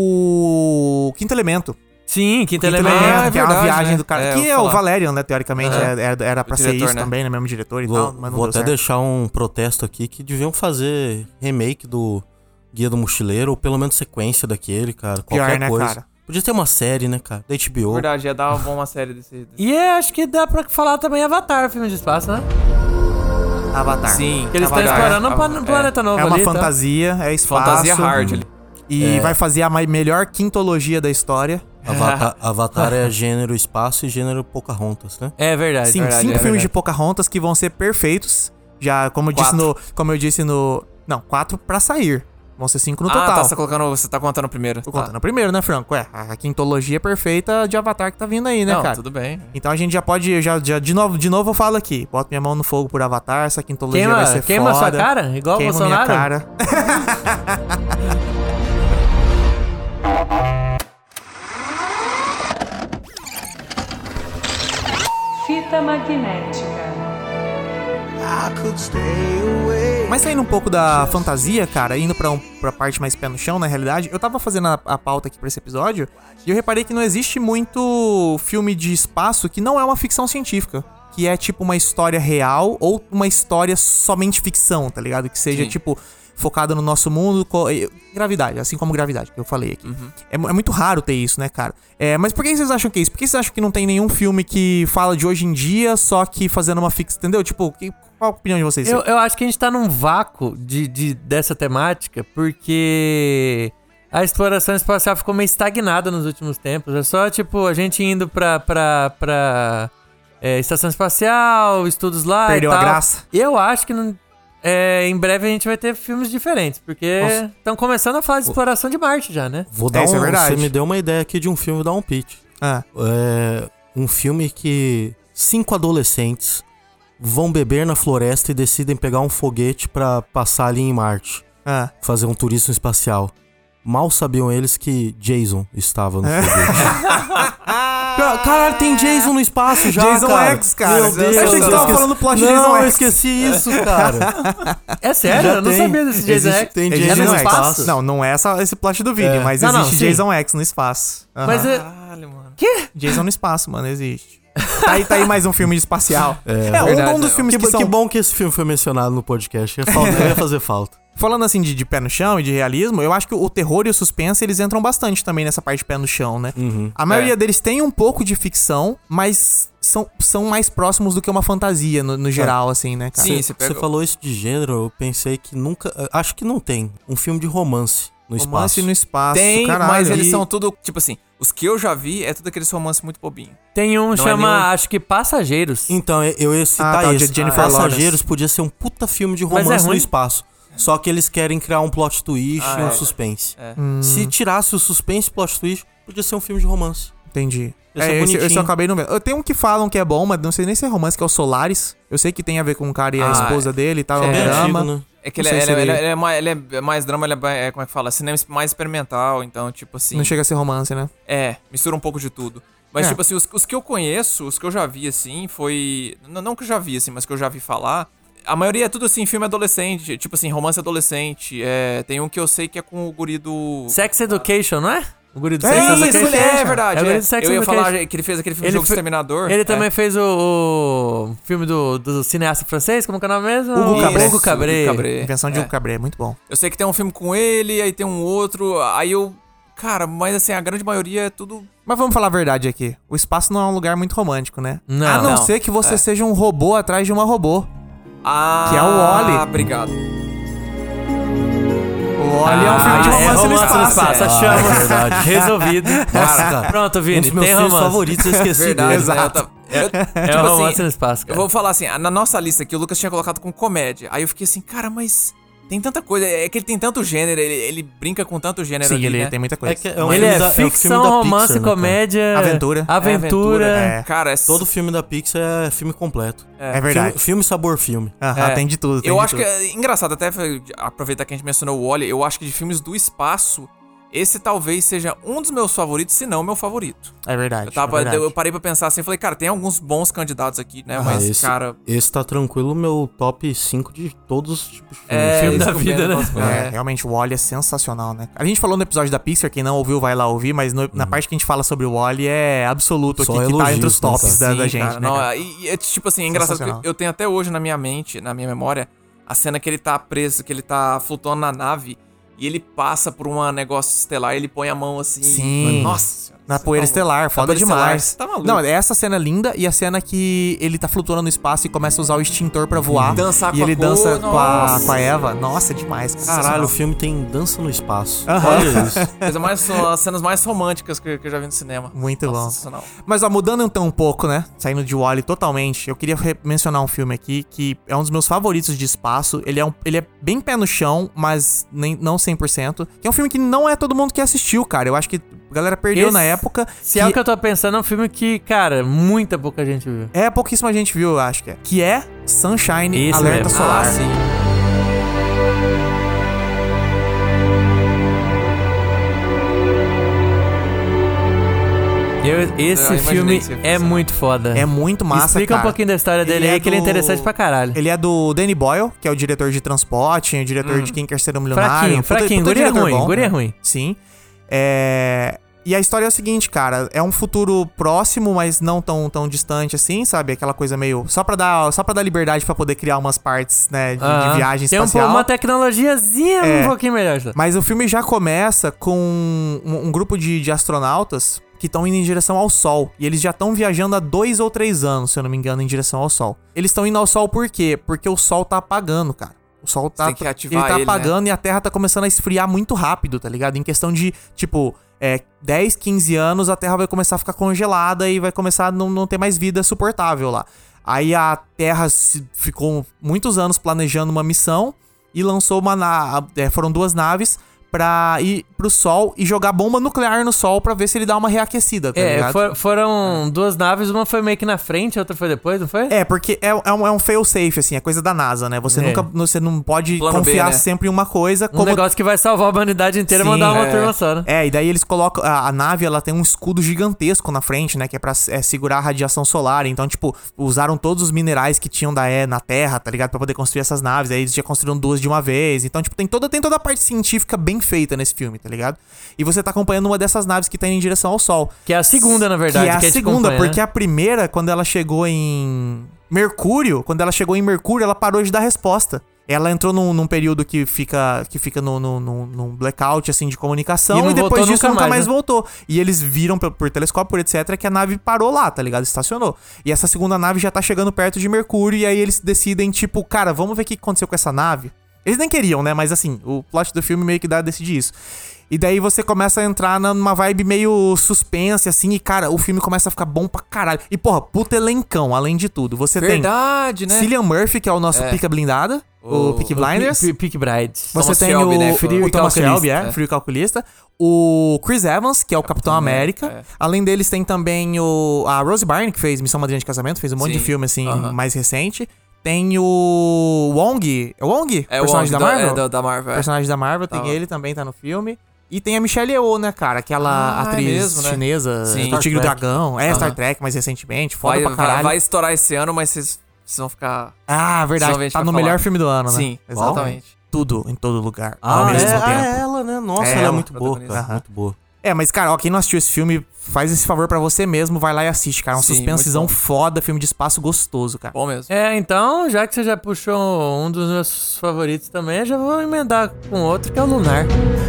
o, o Quinto Elemento. Sim, Quinto Quinto Elemento. Elemento, Ah, é que é uma verdade, viagem né? do cara. É, que eu é vou o falar. Valerian, né? Teoricamente, É. era, era, era pra O ser diretor, isso né? também, né? Mesmo diretor e Vou, tal, mas não vou deu até certo. deixar um protesto aqui que deviam fazer remake do Guia do Mochileiro, ou pelo menos sequência daquele, cara. Pior, Qualquer né, coisa. cara? Podia ter uma série, né, cara? Da H B O. Verdade, ia dar uma boa série desse... desse- E é, acho que dá pra falar também Avatar, filme de espaço, né? Avatar. Sim. Que eles estão Avatar. explorando um Ah, plan- é. planeta novo É uma ali, tá? fantasia, é espaço. Fantasia hard ali. E vai fazer a mai- melhor quintologia da história. Avatar, Avatar é gênero espaço e gênero Pocahontas, né? É verdade. Sim, verdade, cinco é filmes de verdade. Pocahontas que vão ser perfeitos. Já, como eu disse Quatro. no. Como eu disse no. Não, quatro pra sair. Vão ser cinco no Ah, total. tá, você tá colocando... Você tá contando o primeiro. Tô Tá. contando o primeiro, né, Franco? É, a quintologia perfeita de Avatar que tá vindo aí, né, Não, cara? tudo bem. Então a gente já pode, já, já de novo, de novo eu falo aqui. Boto minha mão no fogo por Avatar, essa quintologia Queima, vai ser queima foda. sua cara? Igual o Queima minha Bolsonaro? cara. Fita magnética. Mas saindo um pouco da fantasia, cara, indo pra, um, pra parte mais pé no chão, na realidade, eu tava fazendo a, a pauta aqui pra esse episódio e eu reparei que não existe muito filme de espaço que não é uma ficção científica. Que é tipo uma história real ou uma história somente ficção, tá ligado? Que seja, Sim. tipo, focada no nosso mundo. co- e- Gravidade, assim como Gravidade, que eu falei aqui. É, mu- é muito raro ter isso, né, cara? É, mas por que vocês acham que é isso? Por que vocês acham que não tem nenhum filme que fala de hoje em dia, só que fazendo uma ficção, entendeu? Tipo, que- qual a opinião de vocês? Eu, eu acho que a gente tá num vácuo de, de, dessa temática, porque a exploração espacial ficou meio estagnada nos últimos tempos. É só, tipo, a gente indo pra, pra, pra é, estação espacial, estudos lá Perdeu e a tal. graça. Eu acho que não- é, em breve a gente vai ter filmes diferentes, porque Nossa. estão começando a falar de exploração de Marte já, né? Vou dar isso um, é verdade. Você me deu uma ideia aqui de um filme, dar um pitch. Ah, É um filme que cinco adolescentes vão beber na floresta e decidem pegar um foguete pra passar ali em Marte, ah. fazer um turismo espacial. Mal sabiam eles que Jason estava no foguete. Caralho, tem Jason no espaço já, Jason cara. X, cara. Meu Deus, Eu achei que você tava esqueci- falando plot de Não, Jason eu X. esqueci isso, cara. É sério? Já Eu não tem. sabia desse Jason Existe- X. tem É Jason no no espaço? espaço. Não, não é essa, esse plot do vídeo, É. mas Não, não, existe sim. Jason X no espaço. Aham. Mas é, Caralho, mano. Jason no espaço, mano, existe. Tá aí, tá aí mais um filme de espacial. É, um- verdade, um dos é. filmes Que, que, são... que bom que esse filme foi mencionado no podcast. Ia, falta, ia fazer falta. Falando assim de, de pé no chão e de realismo, eu acho que o terror e o suspense, eles entram bastante também nessa parte de pé no chão, né? Uhum. A maioria É. deles tem um pouco de ficção, mas são, são mais próximos do que uma fantasia, no, no geral, assim, né, cara? Sim, Você você pega- falou isso de gênero, eu pensei que nunca. Acho que não tem um filme de romance no espaço. Romance no espaço, Tem, caralho. mas eles E- são tudo, tipo assim, os que eu já vi é tudo aqueles romances muito bobinho. Tem um, Não é chama, nenhum- acho que Passageiros. Então, eu- eu ia citar Ah, tá, o esse. de Jennifer Passageiros Lawrence. podia ser um puta filme de Mas é romance no ruim? espaço. Só que eles querem criar um plot twist Ah, e um é. suspense. É. Se tirasse o suspense e plot twist, podia ser um filme de romance. Entendi. Esse é É, esse, esse eu bonitinho. acabei não vendo. Eu tenho um que falam que é bom, mas não sei nem se é romance, que é o Solaris. Eu sei que tem a ver com o cara e a Ah, esposa dele e tal, é um É drama. antigo, né? É que Não ele, é, sei ele, se é, ele- ele é mais, ele é mais drama, ele é, ba- é, como é que fala? Cinema mais experimental, então, tipo assim. Não chega a ser romance, né? É, mistura um pouco de tudo. Mas, É. tipo assim, os, os que eu conheço, os que eu já vi, assim, foi. Não, não que eu já vi, assim, mas que eu já vi falar. A maioria é tudo assim, filme adolescente, tipo assim, romance adolescente. É, tem um que eu sei que é com o guri do. Sex Education, não é? O guri do É Sex isso, Education. é verdade. É o guri é. do Sex Eu ia Education. falar que ele fez aquele filme Ele Jogo fe- Exterminador. Ele é. também fez o, o filme do, do cineasta francês, como que é o nome mesmo? Hugo O Cabret. Hugo Cabret. Hugo Cabret. Invenção de É. Hugo Cabret, muito bom. Eu sei que tem um filme com ele, aí tem um outro. Aí eu. Cara, mas assim, a grande maioria é tudo. Mas vamos falar a verdade aqui. O espaço não é um lugar muito romântico, né? Não. a não, Não. ser que você É. seja um robô atrás de uma robô. Ah, Que é o Wall-E. Obrigado. O Wall-E é um filme de Ah, é romance, no romance no espaço. espaço. Ah, Achamos. é verdade. Resolvido. Nossa, cara. Pronto, Um Vini, dos meus tem filmes romance. favoritos, eu esqueci Verdade, dele. né? Eu tava- eu- É tipo um assim, romance no espaço, Eu cara. vou falar assim, na nossa lista aqui, o Lucas tinha colocado com comédia. Aí eu fiquei assim, cara, mas tem tanta coisa. É que ele tem tanto gênero, ele, ele brinca com tanto gênero Sim, ali, ele né? tem muita coisa. É que é um Ele filme é da- é o filme ficção, da romance, Pixar, né, cara? comédia... Aventura. Aventura. É. Cara, é... Todo filme da Pixar é filme completo. É verdade. Filme, filme sabor filme. Aham, É. tem de tudo. tem Eu de acho tudo. que é engraçado, até foi- aproveitar que a gente mencionou o Wall-E, eu acho que de filmes do espaço, esse talvez seja um dos meus favoritos, se não o meu favorito. É verdade. Eu, tava, é verdade. eu parei pra pensar assim, falei, cara, tem alguns bons candidatos aqui, né? Ah, mas, esse, cara... esse tá tranquilo, meu top cinco de todos os tipos de filmes. É, filme isso da que eu vida, penso, né? nossa, É, é. realmente o Wall-E é sensacional, né? A gente falou no episódio da Pixar, quem não ouviu vai lá ouvir, mas no- na parte que a gente fala sobre o Wall-E é absoluto Só aqui, que tá elogios, entre os né, tops cara? da, da Sim, gente, cara, né, não, cara? E, e é tipo assim, é engraçado que Sensacional. eu tenho até hoje na minha mente, na minha memória, a cena que ele tá preso, que ele tá flutuando na nave e ele passa por um negócio estelar e ele põe a mão assim. Sim. Nossa senhora, Na você poeira tá estelar, louco. foda Na poeira estelar, demais. você tá maluco. Não, essa cena é linda e a cena que ele tá flutuando no espaço e começa a usar o extintor pra voar. Dançar e com a ele cor, dança com a, nossa. com a Eva. Nossa, é demais. cara. Caralho, o Sensacional. filme tem dança no espaço. Aham. Olha isso. Coisa mais, são as cenas mais românticas que, que eu já vi no cinema. Muito Nossa, bom. sensacional. Mas ó, mudando então um pouco, né? Saindo de Wall-E totalmente, eu queria re- mencionar um filme aqui que é um dos meus favoritos de espaço. Ele é, um, ele é bem pé no chão, mas nem, não cem por cento. Que é um filme que não é todo mundo que assistiu, cara. Eu acho que a galera perdeu Esse- na época. Se é o que eu tô pensando, é um filme que, cara, muita pouca gente viu. É, pouquíssima gente viu, eu acho que é. Que é Sunshine Esse Alerta mesmo. Solar. Ah, sim. Eu- Eu esse imaginei filme que você ia é falar. muito foda. É muito massa, Explica cara. um pouquinho da história dele Ele aí, é que ele é do- interessante pra caralho. Ele é do Danny Boyle, que é o diretor de Transporte, o diretor de Quem Quer Ser um Milionário. Fraquinho, Puta- fraquinho. puta Guri é diretor ruim, bom, guri é né? ruim. Sim. É... E a história é o seguinte, cara, é um futuro próximo, mas não tão, tão distante assim, sabe? Aquela coisa meio... Só pra dar, só pra dar liberdade pra poder criar umas partes, né, de, de Aham. viagem Tem um, espacial. uma tecnologiazinha É. um pouquinho melhor. Só. Mas o filme já começa com um, um grupo de, de astronautas que estão indo em direção ao Sol. E eles já estão viajando há dois ou três anos, se eu não me engano, em direção ao Sol. Eles estão indo ao Sol por quê? Porque o Sol tá apagando, cara. O Sol tá, tem que ativar ele tá ele, né? apagando e a Terra tá começando a esfriar muito rápido, tá ligado? Em questão de, tipo, é, dez, quinze anos, a Terra vai começar a ficar congelada e vai começar a não, não ter mais vida suportável lá. Aí a Terra se- ficou muitos anos planejando uma missão e lançou uma... Na, é, foram duas naves pra ir pro Sol e jogar bomba nuclear no Sol pra ver se ele dá uma reaquecida, tá É, ligado? for- foram duas naves, uma foi meio que na frente, a outra foi depois, não foi? É, porque é, é um, é um fail-safe, assim, é coisa da NASA, né? Você É. nunca você não pode Plano B, confiar né? sempre em uma coisa. Um como negócio que vai salvar a humanidade inteira e Sim, mandar uma é. turma só, né? É, e daí eles colocam. A, a nave, ela tem um escudo gigantesco na frente, né? Que é pra é, segurar a radiação solar. Então, tipo, usaram todos os minerais que tinham da, é, na Terra, tá ligado? Pra poder construir essas naves. Aí eles já construíram duas de uma vez. Então, tipo, tem toda, tem toda a parte científica bem feita nesse filme, tá ligado? E você tá acompanhando uma dessas naves que tá indo em direção ao Sol. Que é a segunda, na verdade. Que é a que te segunda, acompanha, porque né? a primeira, quando ela chegou em Mercúrio, quando ela chegou em Mercúrio, ela parou de dar resposta. Ela entrou num, num período que fica, que fica no, no, no- num blackout, assim, de comunicação. E E, não depois voltou disso nunca nunca mais, mais né? voltou. E eles viram por, por telescópio, por etcétera, que a nave parou lá, tá ligado? Estacionou. E essa segunda nave já tá chegando perto de Mercúrio. E aí eles decidem, tipo, cara, vamos ver o que aconteceu com essa nave. Eles nem queriam, né? Mas assim, o plot do filme meio que dá a decidir isso. E daí você começa a entrar numa vibe meio suspense, assim, e, cara, o filme começa a ficar bom pra caralho. E, porra, puta elencão, além de tudo. Você Verdade, tem né? Cillian Murphy, que é o nosso É. Pica Blindada, o, O- Peaky O Blinders. Pe- Peaky Brides. Você Thomas tem Shelby, o, né? frio, o Thomas calculista. Shelby, é, É. frio calculista. O Chris Evans, que é o Capitão América. é. Além deles tem também o, a Rose Byrne, que fez Missão Madrinha de Casamento, fez um monte Sim. de filme, assim, Aham. mais recente. Tem o Wong, é o Wong? É o personagem Wong da do- Marvel? é, do- da Marvel, é. Personagem da Marvel, tem Tá. ele também, tá no filme. E tem a Michelle Yeoh, né, cara? Aquela Ah, é atriz mesmo, né? chinesa Sim. do Star Tigre e o Trek. Dragão. É, Aham. Star Trek, mais recentemente. Foda Vai, pra vai, caralho. vai estourar esse ano, mas vocês vocês vão ficar... Ah, verdade. Somente Tá pra no falar. melhor filme do ano, né? Sim, exatamente. Tudo, em todo lugar, Ah, ao é, mesmo ah, tempo. é ela, né? Nossa, É ela é ela, muito boa, protagonista. cara. Aham. Muito boa. É, mas, cara, ó, quem não assistiu esse filme, faz esse favor pra você mesmo, vai lá e assiste, cara. É um Sim, suspensezão muito bom. foda, filme de espaço gostoso, cara. Bom mesmo. É, então, já que você já puxou um dos meus favoritos também, eu já vou emendar com outro, que é o Lunar.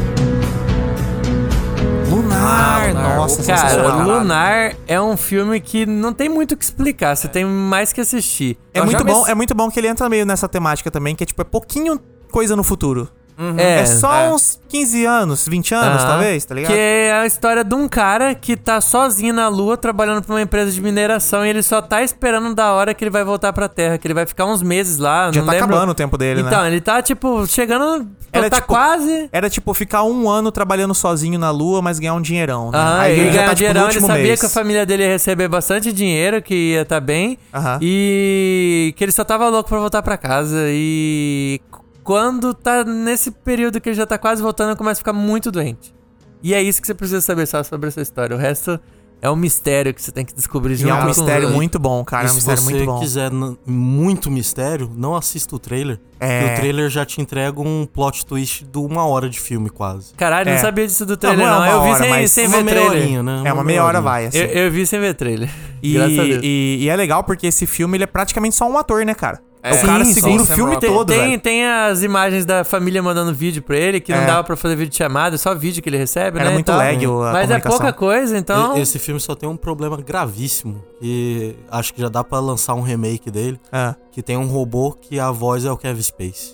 Lunar, Ah, Lunar. nossa, O Cara, sensacional. Lunar é um filme que não tem muito o que explicar, você tem mais que assistir. É Eu já muito me- bom, é muito bom que ele entra meio nessa temática também, que é tipo, é pouquinho coisa no futuro. É, É só é. uns quinze anos, vinte anos, Aham. talvez, tá ligado? Que é a história de um cara que tá sozinho na lua trabalhando pra uma empresa de mineração e ele só tá esperando da hora que ele vai voltar pra Terra, que ele vai ficar uns meses lá, Já não tá lembro. acabando o tempo dele, Então, né? ele tá, tipo, chegando, Era, tá tipo, quase... Era tipo ficar um ano trabalhando sozinho na lua, mas ganhar um dinheirão, né? Aham, Aí ele já ganhou tá, tipo, no dinheirão, ele último sabia mês. que a família dele ia receber bastante dinheiro, que ia tá bem, Aham. e que ele só tava louco pra voltar pra casa, e quando tá nesse período que ele já tá quase voltando, ele começa a ficar muito doente. E é isso que você precisa saber só sobre essa história, o resto é um mistério que você tem que descobrir E junto é um com mistério ele. muito bom, cara. E É um se mistério você muito bom. quiser n- muito mistério, não assista o trailer. É. Porque o trailer já te entrega um plot twist de uma hora de filme, quase. Caralho, É. não sabia disso do trailer, Não, não. não é uma Eu vi hora, sem, mas sem uma ver meia trailer. horinha, né? É uma meia hora vai, assim. Eu, eu vi sem ver trailer. E, Graças a Deus. e, e é legal porque esse filme ele é praticamente só um ator, né, cara? É. o cara Sim, segura sim, o filme Sam todo, tem, velho. tem as imagens da família mandando vídeo pra ele, que não É. dava pra fazer vídeo chamada, só vídeo que ele recebe, Era né? muito e tal. lag o- a Mas é comunicação. pouca coisa, então. E- Esse filme só tem um problema gravíssimo. E acho que já dá pra lançar um remake dele. É. Que tem um robô que a voz é o Kevin Spacey.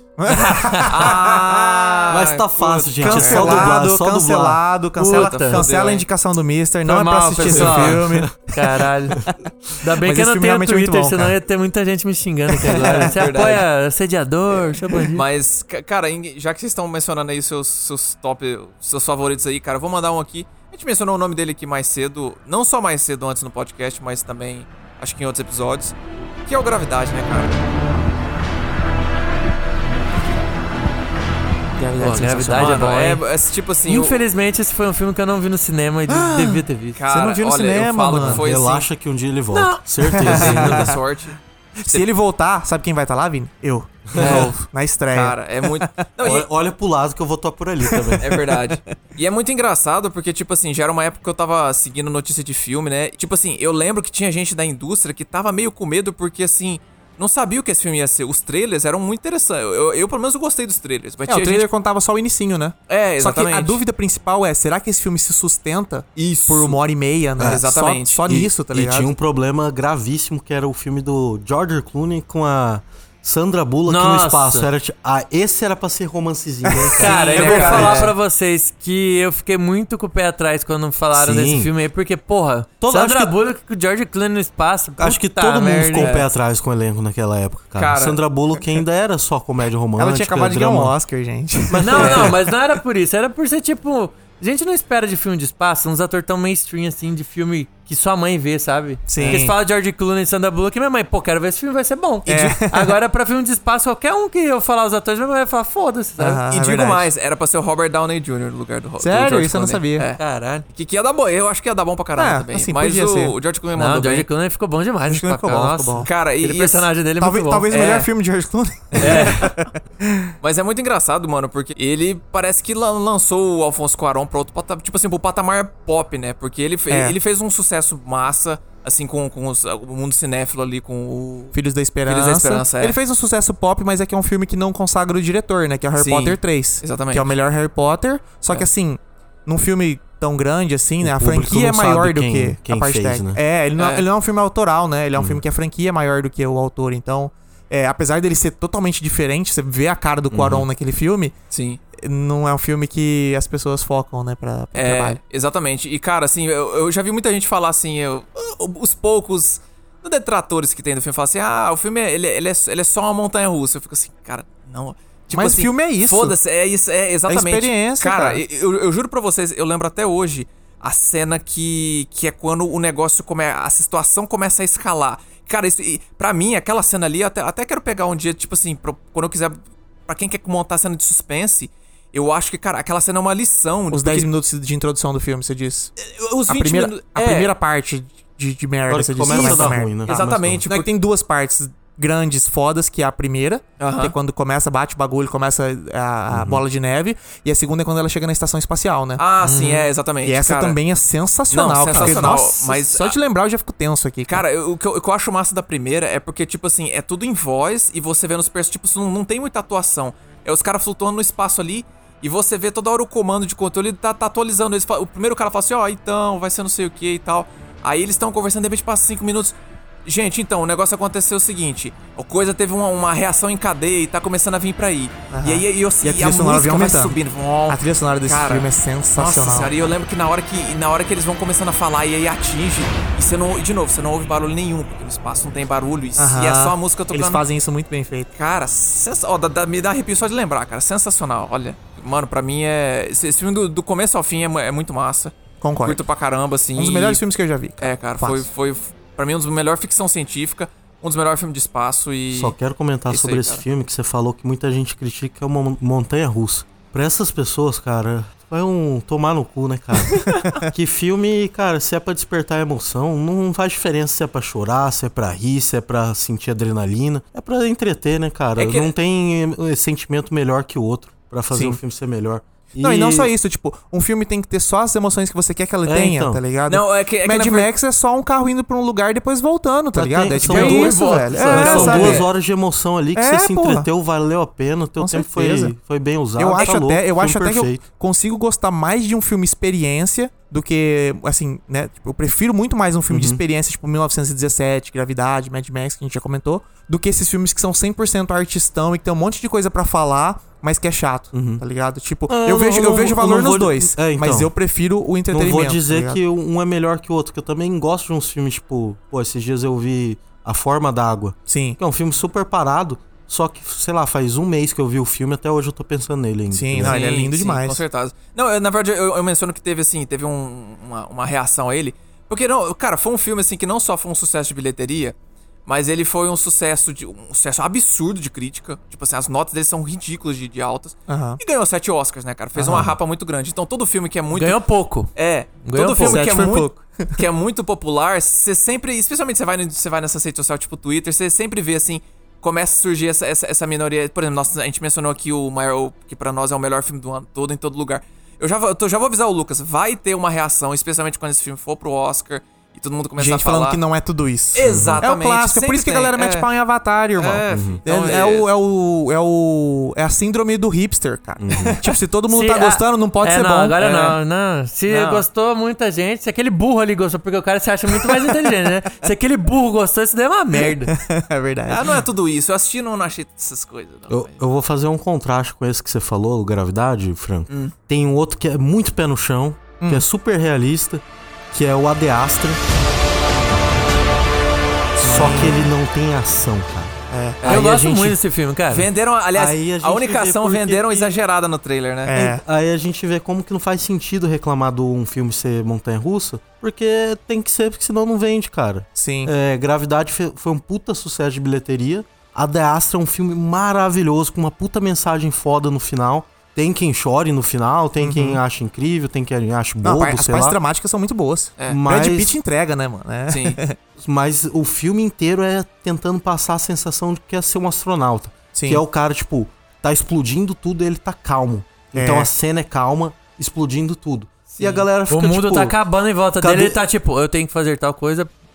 Ah, Mas tá fácil, gente. É só Cancelado, dublar, é só dublar. cancelado, cancela, Puta, cancela fodeu, a hein? indicação do Mister. Não Foi é pra mal, assistir pessoal. esse filme. Caralho. Ainda bem Mas que eu esse não filme tenho realmente é muito Twitter, bom, senão cara. ia ter muita gente me xingando aqui agora. Você Verdade. apoia assediador, seu bandido. Mas, ca- cara, em- já que vocês estão mencionando aí seus, seus top, seus favoritos aí, cara, eu vou mandar um aqui. A gente mencionou o nome dele aqui mais cedo, não só mais cedo antes no podcast, mas também, acho que em outros episódios, que é o Gravidade, né, cara? Pô, Gravidade é Mano, bom, é, hein? é tipo assim... o- Infelizmente, esse foi um filme que eu não vi no cinema e de- devia ter visto. Cara, Você não viu no olha, cinema, eu falo mano. que foi Relaxa assim... que um dia ele volta. Não. Certeza. Tem muita sorte. Se ele voltar, sabe quem vai estar lá, Vini? Eu. De novo, na estreia. Cara, é muito... Não, e- olha, olha pro lado que eu vou estar por ali também. É verdade. E é muito engraçado porque, tipo assim, já era uma época que eu tava seguindo notícia de filme, né? Tipo assim, eu lembro que tinha gente da indústria que tava meio com medo porque, assim, não sabia o que esse filme ia ser. Os trailers eram muito interessantes. Eu, eu, eu, pelo menos, eu gostei dos trailers. Mas É, o tinha trailer gente... contava só o inicinho, né? É, Só que exatamente. a dúvida principal é, será que esse filme se sustenta Isso. por uma hora e meia, né? É, exatamente. Só, só E- nisso, tá e ligado? tinha um problema gravíssimo que era o filme do George Clooney com a Sandra Bullock no Nossa. espaço. Era, ti- ah, esse era pra ser romancezinho, né, cara? Cara, Sim, eu é vou verdade. falar pra vocês que eu fiquei muito com o pé atrás quando falaram Sim. desse filme aí, porque, porra, Todo- Sandra acho que- Bullock com o George Clooney no espaço, Acho que puta todo mundo merda. ficou um pé atrás com o elenco naquela época, cara. Cara- Sandra Bullock ainda era só comédia romântica. Ela tinha acabado de ganhar um drama. Oscar, gente. Não, não, mas não era por isso, era por ser tipo... A gente não espera de filme de espaço uns atores tão mainstream assim, de filme que sua mãe vê, sabe? Sim. Porque você fala de George Clooney e Sandra Bullock, minha mãe, pô, quero ver esse filme, vai ser bom. E É. de- Agora, pra filme de espaço, qualquer um que eu falar os atores, minha mãe vai falar, foda-se, sabe? Aham. E é digo verdade. mais, era pra ser o Robert Downey Júnior no lugar do, do Sério? George Isso eu não Clooney. sabia. É. Caralho. Que, que ia dar bom, eu acho que ia dar bom pra caralho É, também. assim, mas podia o, ser. o George Clooney Não, mandou o George bem. Clooney ficou bom demais. George Clooney nesse ficou bom, papel, ficou nossa. bom. Cara, e, Aquele e personagem dele é Talvez, muito bom. talvez o É. melhor filme de George Clooney. Mas é muito engraçado, mano, porque ele parece que lan- lançou o Alfonso Cuarón pra outro patamar, tipo assim, pro patamar pop, né? Porque ele, fe- É. ele fez um sucesso massa, assim, com, com os- o mundo cinéfilo ali, com o... Filhos da Esperança. Filhos da Esperança, é. Ele fez um sucesso pop, mas é que é um filme que não consagra o diretor, né? Que é o Harry Sim, Potter três. exatamente. Que é o melhor Harry Potter. Só que É. assim, num filme tão grande assim, né? O A público franquia é não maior sabe do quem- que quem a parte fez, técnica. né? É, ele não é. É. ele não é um filme autoral, né? Ele é um filme que a franquia é maior do que o autor. Então, é, apesar dele ser totalmente diferente, você vê a cara do Cuarón Uhum. naquele filme, Sim. não é um filme que as pessoas focam, né, pra, pra É, trabalho. exatamente. E, cara, assim, eu, eu já vi muita gente falar assim, eu, os poucos detratores que tem do filme, falam assim, ah, o filme, é, ele, ele, é, ele é só uma montanha-russa. Eu fico assim, cara, não... Tipo Mas assim, filme é isso. Foda-se, é isso, é exatamente. É experiência, cara. cara. Eu, eu juro pra vocês, eu lembro até hoje a cena que, que é quando o negócio começa, a situação começa a escalar. Cara, isso, e, pra mim, aquela cena ali, eu até, até quero pegar um dia, tipo assim, pro, quando eu quiser, pra quem quer montar cena de suspense, eu acho que, cara, aquela cena é uma lição. Os dez minutos de introdução do filme, você diz. Os A vinte primeira, minutos. a é, primeira parte de, de merda, Agora você que disse. começa a começa dar merda. ruim, né? Exatamente. Não é que tem duas partes grandes, fodas, que é a primeira, Aham. que é quando começa, bate o bagulho, começa a, a bola de neve, e a segunda é quando ela chega na estação espacial, né? Ah, sim, é, exatamente. e essa cara. também é sensacional, Não, cara. sensacional, Nossa, mas só a- de lembrar eu já fico tenso aqui. Cara, eu- o, que eu, o que eu acho massa da primeira é porque, tipo assim, é tudo em voz e você vê nos personagens, tipo, isso não, não tem muita atuação. É os caras flutuando no espaço ali e você vê toda hora o comando de controle, ele tá, tá atualizando. Eles falam- o primeiro cara fala assim, ó, então, vai ser não sei o que e tal. Aí eles estão conversando, de repente passa cinco minutos. Gente, então, o negócio aconteceu o seguinte, a coisa teve uma, uma reação em cadeia e tá começando a vir pra aí. E aí e, eu, E a e trilha sonora vem música vai aumentando. subindo. Uau. A trilha sonora desse Cara, filme é sensacional. Nossa senhora, e eu lembro que na hora que, na hora que eles vão começando a falar e aí atinge, e você não, de novo, você não ouve barulho nenhum, porque no espaço não tem barulho, e, Aham. e é só a música tocando. Eles fazem isso muito bem feito. Cara, sens... ó, dá, dá- me dá arrepio só de lembrar, cara, sensacional, olha. Mano, pra mim é... Esse, esse filme do, do começo ao fim é, mu- é muito massa. Concordo. Curto pra caramba, assim. Um dos e- melhores filmes que eu já vi. cara. É, cara, foi, Fácil. foi, pra mim um dos melhores ficção científica, um dos melhores filmes de espaço e... Só quero comentar Isso sobre aí, esse cara. filme que você falou que muita gente critica, que é uma montanha russa. Pra essas pessoas, cara, vai um tomar no cu, né, cara? Que filme, cara, se é pra despertar emoção, não faz diferença se é pra chorar, se é pra rir, se é pra sentir adrenalina. É pra entreter, né, cara? É que- Não tem eh, sentimento melhor que o outro pra fazer Sim. o filme ser melhor. Não, e não só isso, tipo, um filme tem que ter só as emoções que você quer que ela É, tenha, então. tá ligado? Não, é que- é que Mad na ver- Max é só um carro indo pra um lugar e depois voltando, tá Mas ligado? tem- é tipo são é duas isso, voltas, velho. sabe? É, São sabe? duas horas de emoção ali que É, você se porra. entreteu, valeu a pena, o teu Com tempo certeza. foi, foi bem usado. Eu tá acho louco, até, eu filme acho até que eu perfeito. consigo gostar mais de um filme experiência do que, assim, né? Tipo, eu prefiro muito mais um filme de Uhum. experiência, tipo mil novecentos e dezessete, Gravidade, Mad Max, que a gente já comentou, do que esses filmes que são cem por cento artistão e que tem um monte de coisa pra falar, mas que é chato, tá ligado? Tipo, Ah, eu, eu vejo, não- eu eu vejo não- valor eu não nos vou- dois, É, então. mas eu prefiro o Não entretenimento. vou tá dizer ligado? que um é melhor que o outro, que eu também gosto de uns filmes, tipo, pô, esses dias eu vi A Forma d'Água, Sim. que é um filme super parado, só que, sei lá, faz um mês que eu vi o filme, até hoje eu tô pensando nele ainda. Sim, entendeu? não, ele é lindo sim, demais. Com certeza. Não, eu, na verdade, eu, eu menciono que teve, assim, teve um- uma, uma reação a ele. Porque, não, cara, foi um filme, assim, que não só foi um sucesso de bilheteria, mas ele foi um sucesso, de, um sucesso absurdo de crítica. Tipo assim, as notas dele são ridículas de, de altas. Aham. E ganhou sete Oscars, né, cara? Fez uma rapa muito grande. Então, todo filme que é muito... Ganhou pouco. É, Ganhou todo pouco. filme que é, Sete foi muito, pouco. que é muito popular, você sempre, especialmente você vai, no- você vai nessa rede social tipo Twitter, você sempre vê assim, começa a surgir essa, essa, essa minoria. Por exemplo, nós, a gente mencionou aqui o maior, que pra nós é o melhor filme do ano todo, em todo lugar. Eu já, vou- eu tô- já vou avisar o Lucas, vai ter uma reação, especialmente quando esse filme for pro Oscar e todo mundo começar a Gente falar. falando que não é tudo isso. Exatamente, É o clássico, é por sempre isso que a tem, galera mete é. pau em Avatar, irmão. É, É, então, é é- o, é o. É o. É a síndrome do hipster, cara. Tipo, se todo mundo Se tá a- gostando, não pode é, ser não, bom. Agora É. não, não. Se Não. gostou muita gente, se aquele burro ali gostou, porque o cara se acha muito mais inteligente, né? Se aquele burro gostou, isso daí é uma merda. É verdade. Ah, não é tudo isso. Eu assisti e não, não achei essas coisas. Não, Eu, mas- eu vou fazer um contraste com esse que você falou, o Gravidade, Franco. Hum. Tem um outro que é muito pé no chão, que é super realista, que é o Ad Astra. Só que ele não tem ação, cara. É. Aí eu a gosto gente- muito desse filme, cara. Venderam, aliás, Aí a a, gente única vê ação por que venderam que- exagerada no trailer, né? É. Aí a gente vê como que não faz sentido reclamar de um filme ser montanha-russa, porque tem que ser, porque senão não vende, cara. Sim. É, Gravidade fe- foi um puta sucesso de bilheteria. Ad Astra é um filme maravilhoso, com uma puta mensagem foda no final. Tem quem chore no final, tem quem acha incrível, tem quem acha Não, bobo, a par- as sei partes lá. dramáticas são muito boas. É. Mas, Brad Pitt entrega, né, mano? É. Sim. mas o filme inteiro é tentando passar a sensação de que é ser um astronauta. Sim. Que é o cara, tipo, tá explodindo tudo e ele tá calmo. Então É. a cena é calma, explodindo tudo. E a galera fica, O mundo tipo, tá acabando em volta cadê- dele, ele tá tipo, eu tenho que fazer tal coisa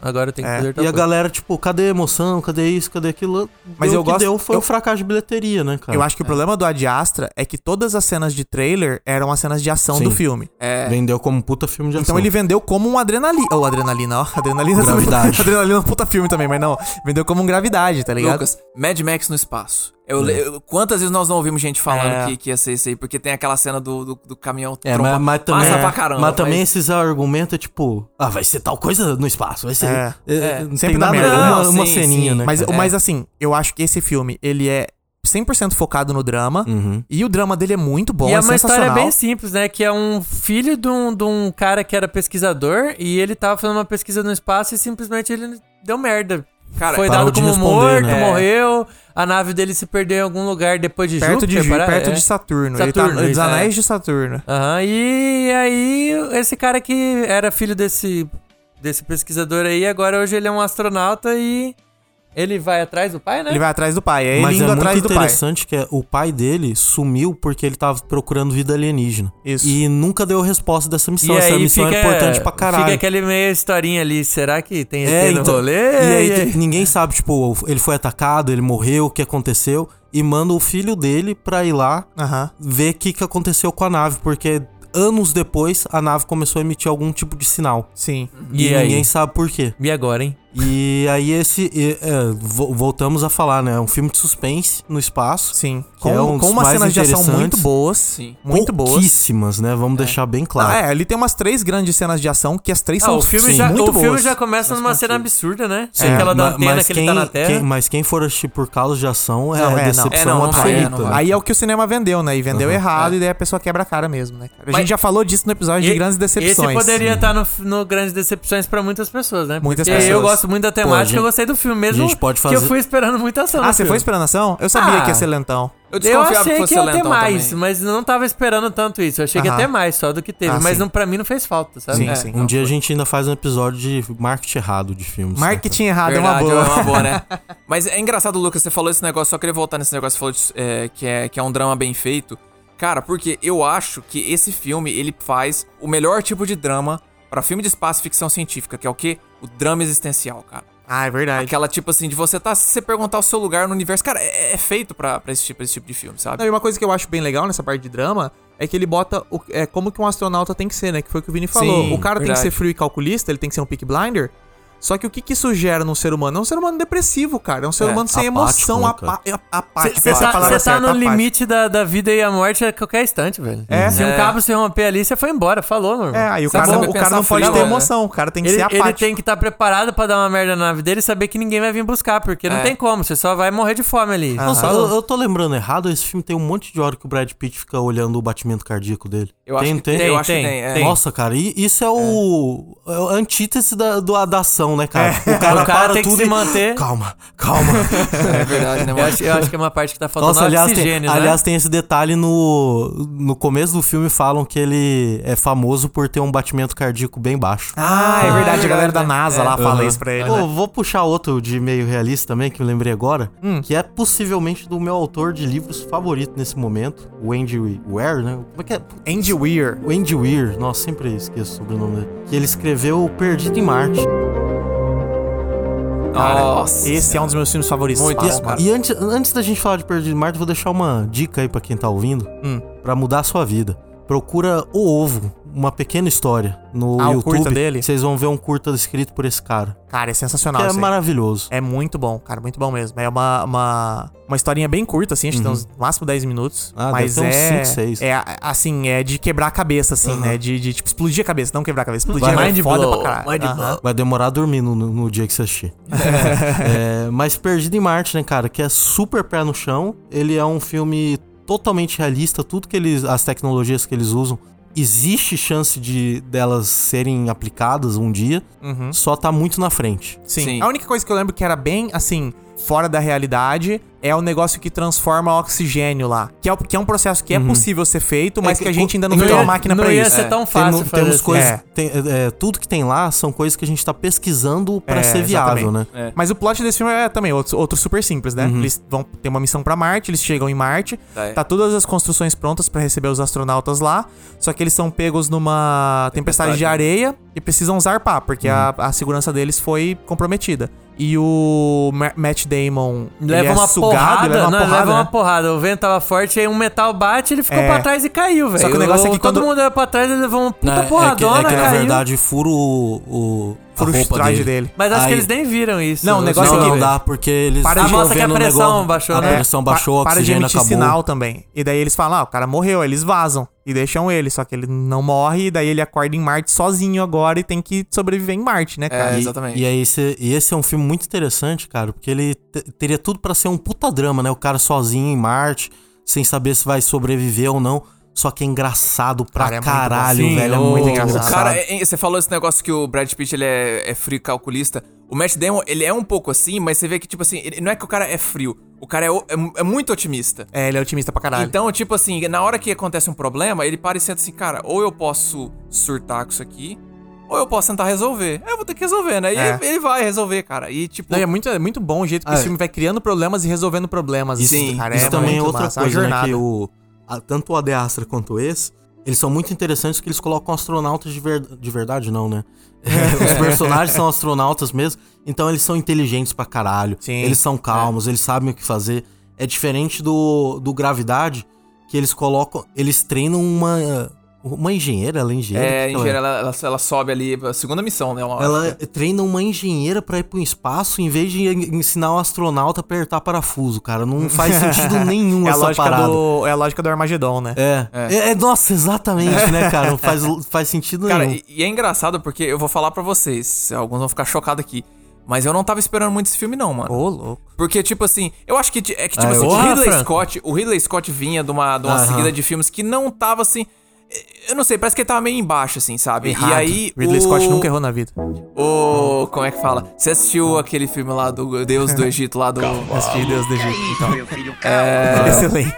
agora eu tenho que É. fazer tal E a coisa. galera, tipo, cadê a emoção? Cadê isso? Cadê aquilo? Mas Deu eu o que gosto- deu foi eu- um fracasso de bilheteria, né, cara? Eu acho que o problema do Ad Astra é que todas as cenas de trailer eram as cenas de ação Sim. do filme. É. Vendeu como um puta filme de ação. Então ele vendeu como um adrenalina. Ou adrenalina, ó. Adrenalina também. Gravidade. Adrenalina é um puta filme também, mas não. Vendeu como um gravidade, tá ligado? Lucas, Mad Max no espaço. Eu, eu- quantas vezes nós não ouvimos gente falando É. que, que ia ser isso aí? Porque tem aquela cena do, do, do caminhão É, tromba- mas, mas também, massa pra caramba. mas também mas- esses argumentos é tipo, ah, vai ser tal coisa no espaço, vai ser. É. É, não Sempre tem dá nada, merda. uma, Não, uma sim, ceninha, sim. né? Mas, cara? mas assim, eu acho que esse filme, ele é cem por cento focado no drama. Uhum. E o drama dele é muito bom, E é é uma história sensacional. bem simples, né? Que é um filho de um, de um cara que era pesquisador e ele tava fazendo uma pesquisa no espaço e simplesmente ele deu merda. Cara, Foi parou dado de como responder, morto, né? morreu, a nave dele se perdeu em algum lugar depois de Perto de, Júpiter. Ju, para- perto é. de Saturno. Ele tá Saturno, nos isso, anéis é. de Saturno. Aham, e aí esse cara que era filho desse, desse pesquisador aí, agora hoje ele é um astronauta e ele vai atrás do pai, né? Ele vai atrás do pai. É ele Mas indo é atrás muito do pai. interessante que é, o pai dele sumiu porque ele tava procurando vida alienígena. Isso. E nunca deu resposta dessa missão. E Essa aí missão fica, é importante pra caralho. Fica aquele meio historinha ali, será que tem E T É, no então, rolê? E aí, E aí? que ninguém sabe, tipo, ele foi atacado, ele morreu, o que aconteceu. E manda o filho dele pra ir lá Aham. ver o que, que aconteceu com a nave. Porque anos depois a nave começou a emitir algum tipo de sinal. Sim. E, E aí? ninguém sabe por quê. E agora, hein? E aí esse... e, é, vo- voltamos a falar, né? É um filme de suspense no espaço. Sim. Que Com, é um com dos umas mais cenas de ação muito interessantes. boas. Sim. Muito boas. Pouquíssimas, né? Vamos deixar bem claro. Ah, é, ele tem umas três grandes cenas de ação que as três Ah, são o filme, sim, já, muito o filme boas. já começa numa cena absurda, né? Sim, Aquela da ma- antena mas que quem, ele tá na Terra. quem- mas quem for assistir por causa de ação é Não, é, não. decepção É, não, não vai, absoluta. é, não vai. Aí é o que o cinema vendeu, né? E vendeu Uhum. errado, É. e daí a pessoa quebra a cara mesmo, né? cara? A Mas- gente já falou disso no episódio de E- Grandes Decepções. Esse poderia estar no, no Grandes Decepções pra muitas pessoas, né? Muitas Porque pessoas. eu gosto muito da temática, gente- eu gostei do filme mesmo. a gente pode Que eu fazer- fui esperando muita ação. Ah, no você filme. foi esperando ação? Eu sabia Ah. que ia ser lentão. Eu Eu desconfiava achei que fosse que ia ter lentão mais, também. mas não tava esperando tanto isso. Eu achei que ia Aham. ter mais só do que teve. Ah, mas sim. não, pra mim não fez falta, sabe? Sim, É. sim. Um dia a gente ainda faz um episódio de marketing errado de filmes. né? Marketing errado Verdade, é uma boa. é uma boa, né? Mas é engraçado, Lucas, você falou esse negócio, só queria voltar nesse negócio, você falou de, é, que, é, que é um drama bem feito. Cara, porque eu acho que esse filme, ele faz o melhor tipo de drama pra filme de espaço e ficção científica, que é o quê? O drama existencial, cara. Ah, é verdade. Aquela tipo assim, de você tá, se você perguntar o seu lugar no universo, cara, é, é feito pra, pra, esse tipo, esse tipo de filme, sabe? Não, e uma coisa que eu acho bem legal nessa parte de drama é que ele bota o, é, como que um astronauta tem que ser, né? Que foi o que o Vini falou. Sim, o cara tem que verdade. ser frio e calculista, ele tem que ser um pick blinder. Só que o que, que isso gera num ser humano? É um ser humano depressivo, cara. É um ser É, humano sem apático, emoção, né, apa cara? é apático. Você Essa é a tá, palavra cê tá certa, no apático. limite da, da vida e a morte a qualquer instante, velho. É. Se um É. cabo se romper ali, você foi embora. Falou, meu irmão. É, aí o Sabe, cara, sabe o cara pensar não pode frio, ter né? emoção, o cara tem que Ele, ser ele apático. tem que estar preparado pra dar uma merda na nave dele e saber que ninguém vai vir buscar, porque não É. tem como, você só vai morrer de fome ali. Nossa, Falou. eu, eu tô lembrando errado, esse filme tem um monte de hora que o Brad Pitt fica olhando o batimento cardíaco dele. Eu acho tem, que tem. tem, eu Tem, acho que tem, tem. é. tem. Nossa, cara, e isso é o, é a antítese da, do, da ação, né, cara? O O cara para tem que tudo se e- manter. Calma, calma. É verdade, né, Eu mano? acho, eu acho que é uma parte que tá faltando Nossa, aliás, oxigênio, tem, né? aliás, tem esse detalhe no, no começo do filme, falam que ele é famoso por ter um batimento cardíaco bem baixo. Ah, é verdade. A galera da verdade, NASA né? lá fala Aham. isso pra ele. Pô, né? vou puxar outro de meio realista também, que eu lembrei agora, Hum. que é possivelmente do meu autor de livros favorito nesse momento, o Andy Weir, né? Como é que é? Andy Weir. O Andy Weir, nossa, sempre esqueço o sobrenome dele. Que ele escreveu Perdido em Marte. Nossa. Esse é um dos meus filmes favoritos. Muito Espaço, bom, cara. E antes, antes da gente falar de Perdido em Marte, vou deixar uma dica aí pra quem tá ouvindo, Hum. pra mudar a sua vida. Procura O Ovo, uma pequena história no Ah, o YouTube. curta dele? Vocês vão ver um curta escrito por esse cara. Cara, é sensacional. Que é isso aí. maravilhoso. É muito bom, cara, muito bom mesmo. É uma, uma, uma historinha bem curta, assim, acho que tem uns no máximo dez minutos. Ah, mas deve ter uns é, cinco, seis. é, assim, é de quebrar a cabeça, assim, né? De, de, tipo, explodir a cabeça, não quebrar a cabeça. Explodir Vai, a cabeça. mind Foda blow, pra caralho. mind Aham. Vai demorar a dormir no, no, no dia que você assistir. É, mas Perdido em Marte, né, cara? Que é super pé no chão. Ele é um filme totalmente realista. Tudo que eles... As tecnologias que eles usam, existe chance de delas serem aplicadas um dia. Uhum. Só tá muito na frente. Sim. Sim. A única coisa que eu lembro que era bem, assim, fora da realidade é o negócio que transforma oxigênio lá. Que é, que é um processo que é possível ser feito, mas É que que a gente ainda não não tem ia- uma máquina não pra ia isso. ser É. tão fácil Temos, fazer temos isso. coisas, É. tem- é, tudo que tem lá são coisas que a gente tá pesquisando pra É, ser viável, exatamente. né? Mas o plot desse filme é também outro, outro super simples, né? Eles vão ter uma missão pra Marte, eles chegam em Marte, Tá, é. tá todas as construções prontas pra receber os astronautas lá, só que eles são pegos numa tempestade, Tempestade. de areia e precisam zarpar, porque a, a segurança deles foi comprometida. E o Ma- Matt Damon ele Leva é uma sugado, porrada, ele leva uma não, porrada, leva uma né? porrada. O vento tava forte, aí um metal bate, ele ficou É. pra trás e caiu, velho. Só que o negócio é que todo quando- mundo olhou pra trás e levou uma puta É, é que, porradona, é que na caiu. verdade fura o, o a Fura o roupa traje dele. dele. Mas acho Aí- que eles nem viram isso. Não, o negócio Não, é que- não dá, porque eles Para Ah, de- mostra que a vendo o pressão negócio, baixou, a né? pressão baixou, o Pa- para de oxigênio emitir acabou. sinal também. E daí eles falam, ah, o cara morreu, aí eles vazam e deixam ele, só que ele não morre, e daí ele acorda em Marte sozinho agora e tem que sobreviver em Marte, né, cara? É, E- exatamente. E, aí esse, e esse é um filme muito interessante, cara, porque ele te- teria tudo pra ser um puta drama, né? O cara sozinho em Marte, sem saber se vai sobreviver ou não. Só que é engraçado pra Cara, é muito bom. caralho, Sim, velho. É o- muito o engraçado. O cara, é- você falou esse negócio que o Brad Pitt ele é, é frio e calculista. O Matt Damon, ele é um pouco assim, mas você vê que, tipo assim, ele- não é que o cara é frio. O cara é, o- é, é muito otimista. É, ele é otimista pra caralho. Então, tipo assim, na hora que acontece um problema, ele para e senta assim, cara, ou eu posso surtar com isso aqui, ou eu posso tentar resolver. Eu vou ter que resolver, né? E É. ele, ele vai resolver, cara. E, tipo... Não, e é muito, é muito bom o jeito que Ah, esse é. filme vai criando problemas e resolvendo problemas. Isso, assim, cara. isso é também é muito outra massa, a coisa, né? jornada. Que o, a- tanto o Ad Astra quanto esse, eles são muito interessantes que eles colocam astronautas de, ver, de verdade, não, né? Os personagens são astronautas mesmo, então eles são inteligentes pra caralho. Sim. Eles são calmos, eles sabem o que fazer. É diferente do, do Gravidade, que eles colocam. Eles treinam uma. Uma engenheira, ela é engenheira? É, O a que que ela engenheira, ela, ela, ela sobe ali, a segunda missão, né? Uma- Ela treina uma engenheira pra ir pro espaço em vez de ensinar o astronauta a apertar parafuso, cara. Não faz sentido nenhum É a essa lógica parada. do, é a lógica do Armagedon, né? É. É. é, nossa, exatamente, né, cara? Não faz, faz sentido Cara, nenhum. e, e é engraçado porque eu vou falar pra vocês, alguns vão ficar chocados aqui, mas eu não tava esperando muito esse filme não, mano. Ô, louco. Porque, tipo assim, eu acho que é que, tipo Ah, assim, eu- o Porra, Ridley Franco. Scott, o Ridley Scott vinha de uma, de uma Aham. seguida de filmes que não tava assim. Eu não sei, parece que ele tava meio embaixo, assim, sabe? Errado. E aí. Ridley o... Scott nunca errou na vida. O. Como é que fala? Você assistiu aquele filme lá do Deus do Egito, lá do. Assisti Deus do Egito. Então. É. Excelente.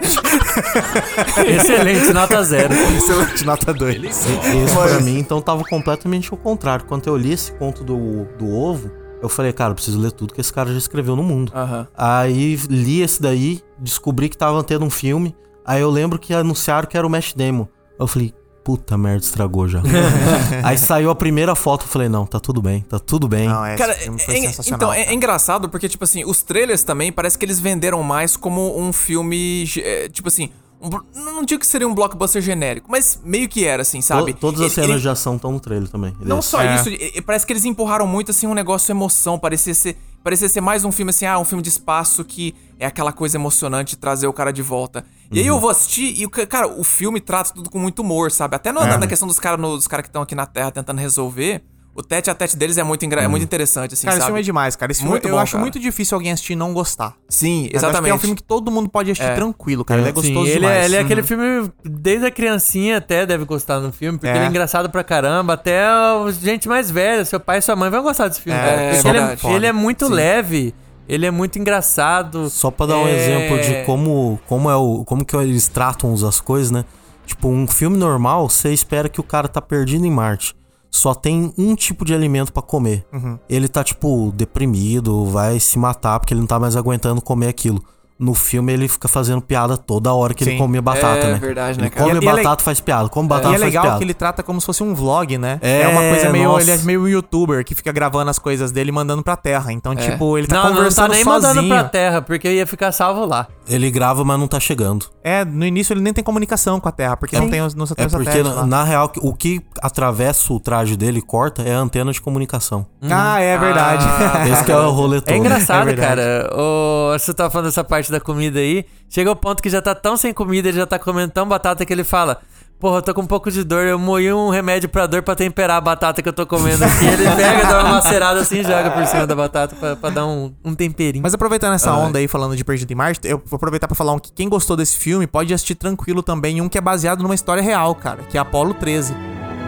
Excelente, nota zero. Excelente, nota dois. Esse pra mim, então, tava completamente ao contrário. Quando eu li esse conto do, do ovo, eu falei, cara, eu preciso ler tudo que esse cara já escreveu no mundo. Aham. Aí li esse daí, descobri que tava tendo um filme. Aí eu lembro que anunciaram que era o Matt Damon. Eu falei, puta merda, estragou já. Aí saiu a primeira foto, eu falei, não, tá tudo bem, tá tudo bem. Não, é, Cara, esse filme foi é- sensacional. então, é, cara. é engraçado porque, tipo assim, os trailers também parece que eles venderam mais como um filme, é, tipo assim, um blo- não digo que seria um blockbuster genérico, mas meio que era, assim, sabe? To- Todas as Ele- cenas ele- de ação estão no trailer também. Não desse. só É. isso, e- e parece que eles empurraram muito, assim, um negócio emoção, parecia ser, parecia ser mais um filme, assim, ah, um filme de espaço que é aquela coisa emocionante de trazer o cara de volta. E aí eu vou assistir e, o ca- cara, o filme trata tudo com muito humor, sabe? Até no- É. na questão dos caras dos cara que estão aqui na Terra tentando resolver, o tete a tete deles é muito, engra- é muito interessante, assim, Cara, esse sabe? filme é demais, cara. Esse filme, Muito eu acho acho muito difícil alguém assistir e não gostar. Sim, Eu acho que exatamente. é um filme que todo mundo pode assistir É. tranquilo, cara. Ele é Sim, gostoso ele, demais. é, ele é aquele Uhum. filme, desde a criancinha até deve gostar do filme, porque É. ele é engraçado pra caramba, até a gente mais velha, seu pai e sua mãe vão gostar desse filme. É, cara. é Porque ele, verdade. é, ele é muito Sim. leve, ele é muito engraçado. Só pra dar um É. exemplo de como, como, é o, como que eles tratam as coisas, né? Tipo, um filme normal, você espera que o cara tá perdido em Marte. Só tem um tipo de alimento pra comer. Uhum. Ele tá, tipo, deprimido, vai se matar porque ele não tá mais aguentando comer aquilo. No filme ele fica fazendo piada toda hora que Sim. ele come batata, É né? verdade, né, Ele cara? come E é- e é batata, faz piada. Come batata, E é faz legal piada. que ele trata como se fosse um vlog, né? É, É, uma coisa meio. nossa. Ele é meio youtuber que fica gravando as coisas dele e mandando pra terra. Então, tipo, ele tá não, não tá conversando nem sozinho. mandando pra terra, porque ia ficar salvo lá. Ele grava, mas não tá chegando. É, no início ele nem tem comunicação com a terra, porque não tem os, não tem É os porque, satélites na, lá. na real, o que atravessa o traje dele e corta é a antena de comunicação. Ah, é verdade. Esse que é o rolê todo. É engraçado, É verdade. cara. O, você tá falando dessa parte da comida aí. Chega ao ponto que já tá tão sem comida, ele já tá comendo tão batata que ele fala: porra, eu tô com um pouco de dor, eu moí um remédio pra dor pra temperar a batata que eu tô comendo aqui. Ele pega, dá uma macerada assim e joga por cima da batata pra, pra dar um, um temperinho. Mas aproveitando essa Ah, onda aí, falando de Perdido em Marte, eu vou aproveitar pra falar um que quem gostou desse filme pode assistir tranquilo também, um que é baseado numa história real, cara, que é Apollo treze.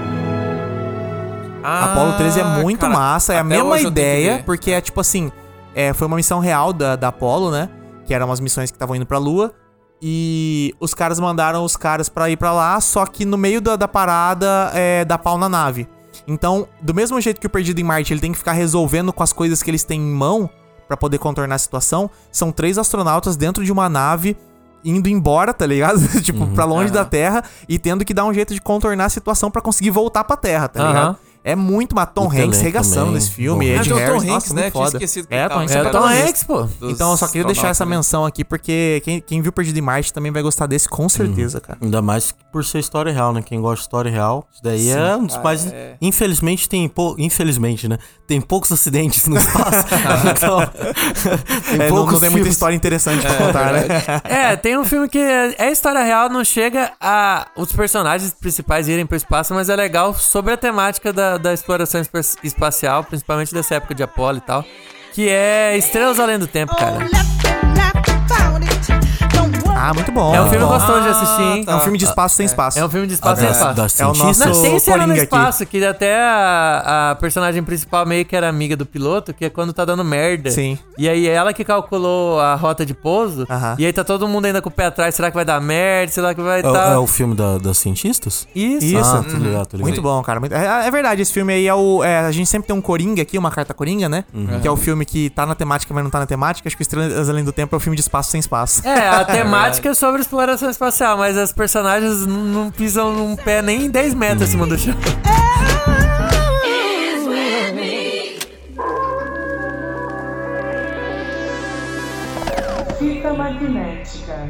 Ah, Apollo treze é muito cara, massa, é a até mesma hoje eu tenho que ideia, ver. porque é tipo assim, é, foi uma missão real da, da Apollo, né? Que eram umas missões que estavam indo pra Lua. E os caras mandaram os caras pra ir pra lá, só que no meio da, da parada é, dá pau na nave. Então, do mesmo jeito que o Perdido em Marte, ele tem que ficar resolvendo com as coisas que eles têm em mão pra poder contornar a situação, são três astronautas dentro de uma nave indo embora, tá ligado? tipo, uhum, pra longe uhum. da Terra e tendo que dar um jeito de contornar a situação pra conseguir voltar pra Terra, tá uhum. ligado? É muito, mas Tom Hanks regaçando nesse filme. Ed Harris, Tom Hanks, nossa, né? muito foda. Tinha esquecido que é, Tom Hanks é, Tom Hanks, pô. Então eu só queria deixar essa menção aqui, porque quem, quem viu Perdido em Marte também vai gostar desse, com certeza, hum. cara. Ainda mais por ser história real, né? Quem gosta de história real, isso daí Sim, é um dos mais... É. Infelizmente tem... Pou... Infelizmente, né? Tem poucos acidentes no espaço. então... tem é, poucos não, não tem muita história interessante pra é, contar, né? É, tem um filme que é história real, não chega a os personagens principais irem pro espaço, mas é legal sobre a temática da, da exploração espacial. espacial, principalmente dessa época de Apollo e tal, que é Estrelas Além do Tempo, cara. Ah, muito bom. É um filme bom. gostoso de assistir, hein? É um filme de espaço sem espaço. É um filme de espaço ah, sem espaço. Da, da é o nosso Não, tem cena no espaço, aqui. que até a, a personagem principal meio que era amiga do piloto, que é quando tá dando merda. Sim. E aí ela que calculou a rota de pouso, uh-huh. e aí tá todo mundo ainda com o pé atrás, será que vai dar merda? Será que vai é, dar... É o filme da, das cientistas? Isso. Isso. Ah, tô ligado, tô ligado. Muito bom, cara. Muito... É, é verdade, esse filme aí é o... É, a gente sempre tem um Coringa aqui, uma carta Coringa, né? Uhum. Que é o filme que tá na temática, mas não tá na temática. Acho que Estrelas Além do Tempo é o filme de espaço sem espaço. É, a temática é sobre exploração espacial, mas as personagens não, não pisam num pé nem em dez metros acima do chão. Fita magnética.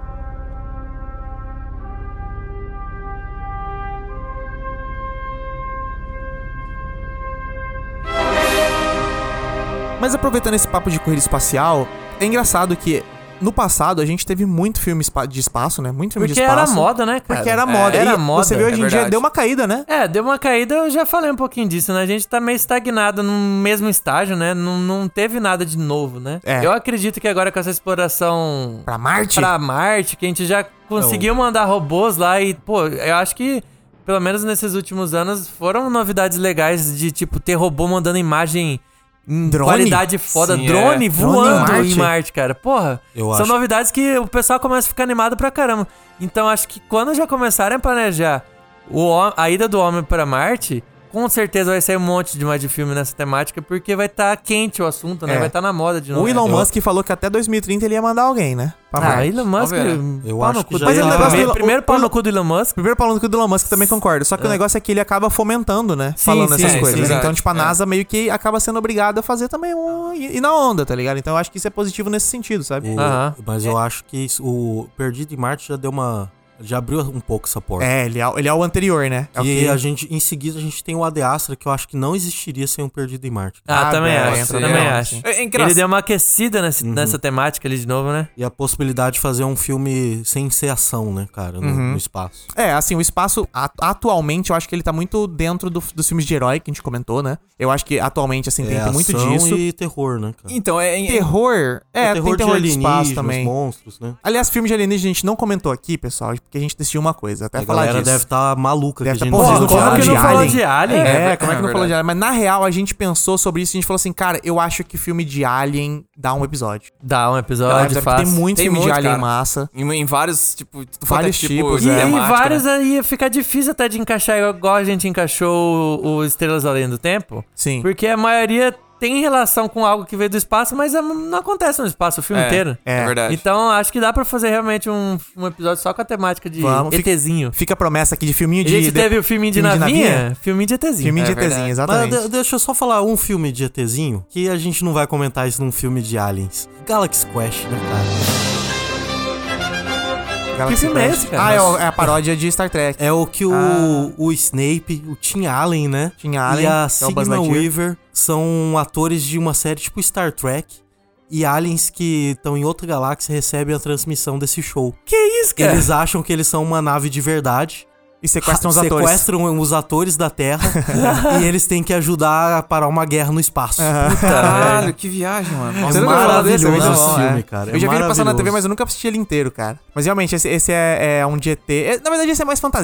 Mas aproveitando esse papo de corrida espacial, é engraçado que no passado a gente teve muito filme de espaço, né? Muito filme Porque de espaço. era moda, né, cara? Porque era moda. É, era e moda. Você vê hoje é em dia, verdade. deu uma caída, né? É, deu uma caída, eu já falei um pouquinho disso, né? A gente tá meio estagnado no mesmo estágio, né? Não, não teve nada de novo, né? É. Eu acredito que agora com essa exploração... Pra Marte? Pra Marte, que a gente já conseguiu mandar robôs lá e, pô, eu acho que... Pelo menos nesses últimos anos foram novidades legais de, tipo, ter robô mandando imagem... Em drone? Qualidade foda, Sim, drone é. voando Drone em Marte. em Marte, cara. Porra, Eu são acho- novidades que o pessoal começa a ficar animado pra caramba. Então acho que quando já começarem a planejar o, hom- a ida do homem pra Marte, com certeza vai sair um monte de mais de filme nessa temática, porque vai estar tá quente o assunto, né? É. Vai estar tá na moda de novo. O Elon É. Musk falou que até dois mil e trinta ele ia mandar alguém, né? Pra Ah, Marte. Elon Musk... Vamos ver. Eu pau acho no que cu já do- Mas o tá- negócio primeiro, do- primeiro o- pau o- no cu do Elon Musk. Primeiro falando que o Elon Musk também concordo. Só que o negócio é que ele acaba fomentando, né? Sim, falando sim, essas é, coisas. verdade. Então, tipo, a É. NASA meio que acaba sendo obrigada a fazer também um... E, e na onda, tá ligado? Então eu acho que isso é positivo nesse sentido, sabe? O- Aham. Mas eu acho que isso- o Perdido em Marte já deu uma... Já abriu um pouco essa porta. É, ele é, o- ele é o anterior, né? É o E que... a gente, em seguida, a gente tem o Ad Astra, que eu acho que não existiria sem um Perdido em Marte. Ah, Ah, também é, acho, entra também legal, acho. sim. É, é Ele engraçado. deu uma aquecida nessa, Uhum. nessa temática ali de novo, né? E a possibilidade de fazer um filme sem ser ação, né, cara, no, Uhum. no espaço. É, assim, o espaço, a- atualmente, eu acho que ele tá muito dentro do- dos filmes de herói que a gente comentou, né? Eu acho que atualmente, assim, tem, é tem muito ação disso. e terror, né, cara? Então, é... é- Terror, é, terror tem terror de, de espaço alienígenas, também. monstros, né? Aliás, filme de alienígena a gente não comentou aqui, pessoal, porque a gente decidiu uma coisa, até A falar galera disso. deve estar maluca Deve que a tá, gente pô, não vocês não falou falaram Como de que não Alien. falou de Alien? É, É, como é que é não falou verdade. de Alien? Mas na real, a gente pensou sobre isso e a gente falou assim, cara, eu acho que filme de Alien dá um episódio. Dá um Dá um episódio, episódio, fácil. tem muito Tem filme de muito, Alien cara. massa. Em, em vários, tipo... tudo Vários quanto é tipos, E, é. e temática, vários né? aí ia ficar difícil até de encaixar igual a gente encaixou o, o Estrelas Além do Tempo. Sim. Porque a maioria tem relação com algo que veio do espaço, mas é- não acontece no espaço o filme É, inteiro. É, É. verdade. Então acho que dá pra fazer realmente um, um episódio só com a temática de Vamos, fica- ETzinho. Fica a promessa aqui de filminho A de... gente de- teve o filminho de filme de navinha, navinha? filminho de ETzinho. Filminho de É ETzinho, verdade. Mas exatamente. de- deixa eu só falar um filme de ETzinho, que a gente não vai comentar isso num filme de aliens. Galaxy Quest, né, cara? Galaxy Que filme é Quest. esse, cara? Ah, é, o- é a paródia de Star Trek. É o que o, Ah. o Snape, o Tim Allen, né? Tim Allen, e a que é o Buzz Sigourney Lightyear. Weaver são atores de uma série tipo Star Trek. E aliens que estão em outra galáxia recebem a transmissão desse show. Que isso, cara? Eles acham que eles são uma nave de verdade. E sequestram os atores. Sequestram os atores da Terra. e eles têm que ajudar a parar uma guerra no espaço. Caralho, que viagem, mano. É Nossa, nunca falou desse? maravilhoso Muito esse bom, filme, é. cara. É Eu já vi ele passando na T V, maravilhoso. mas eu nunca assisti ele inteiro, cara. Mas realmente, esse, esse é, é um de E T. É, na verdade, esse é mais fantasia.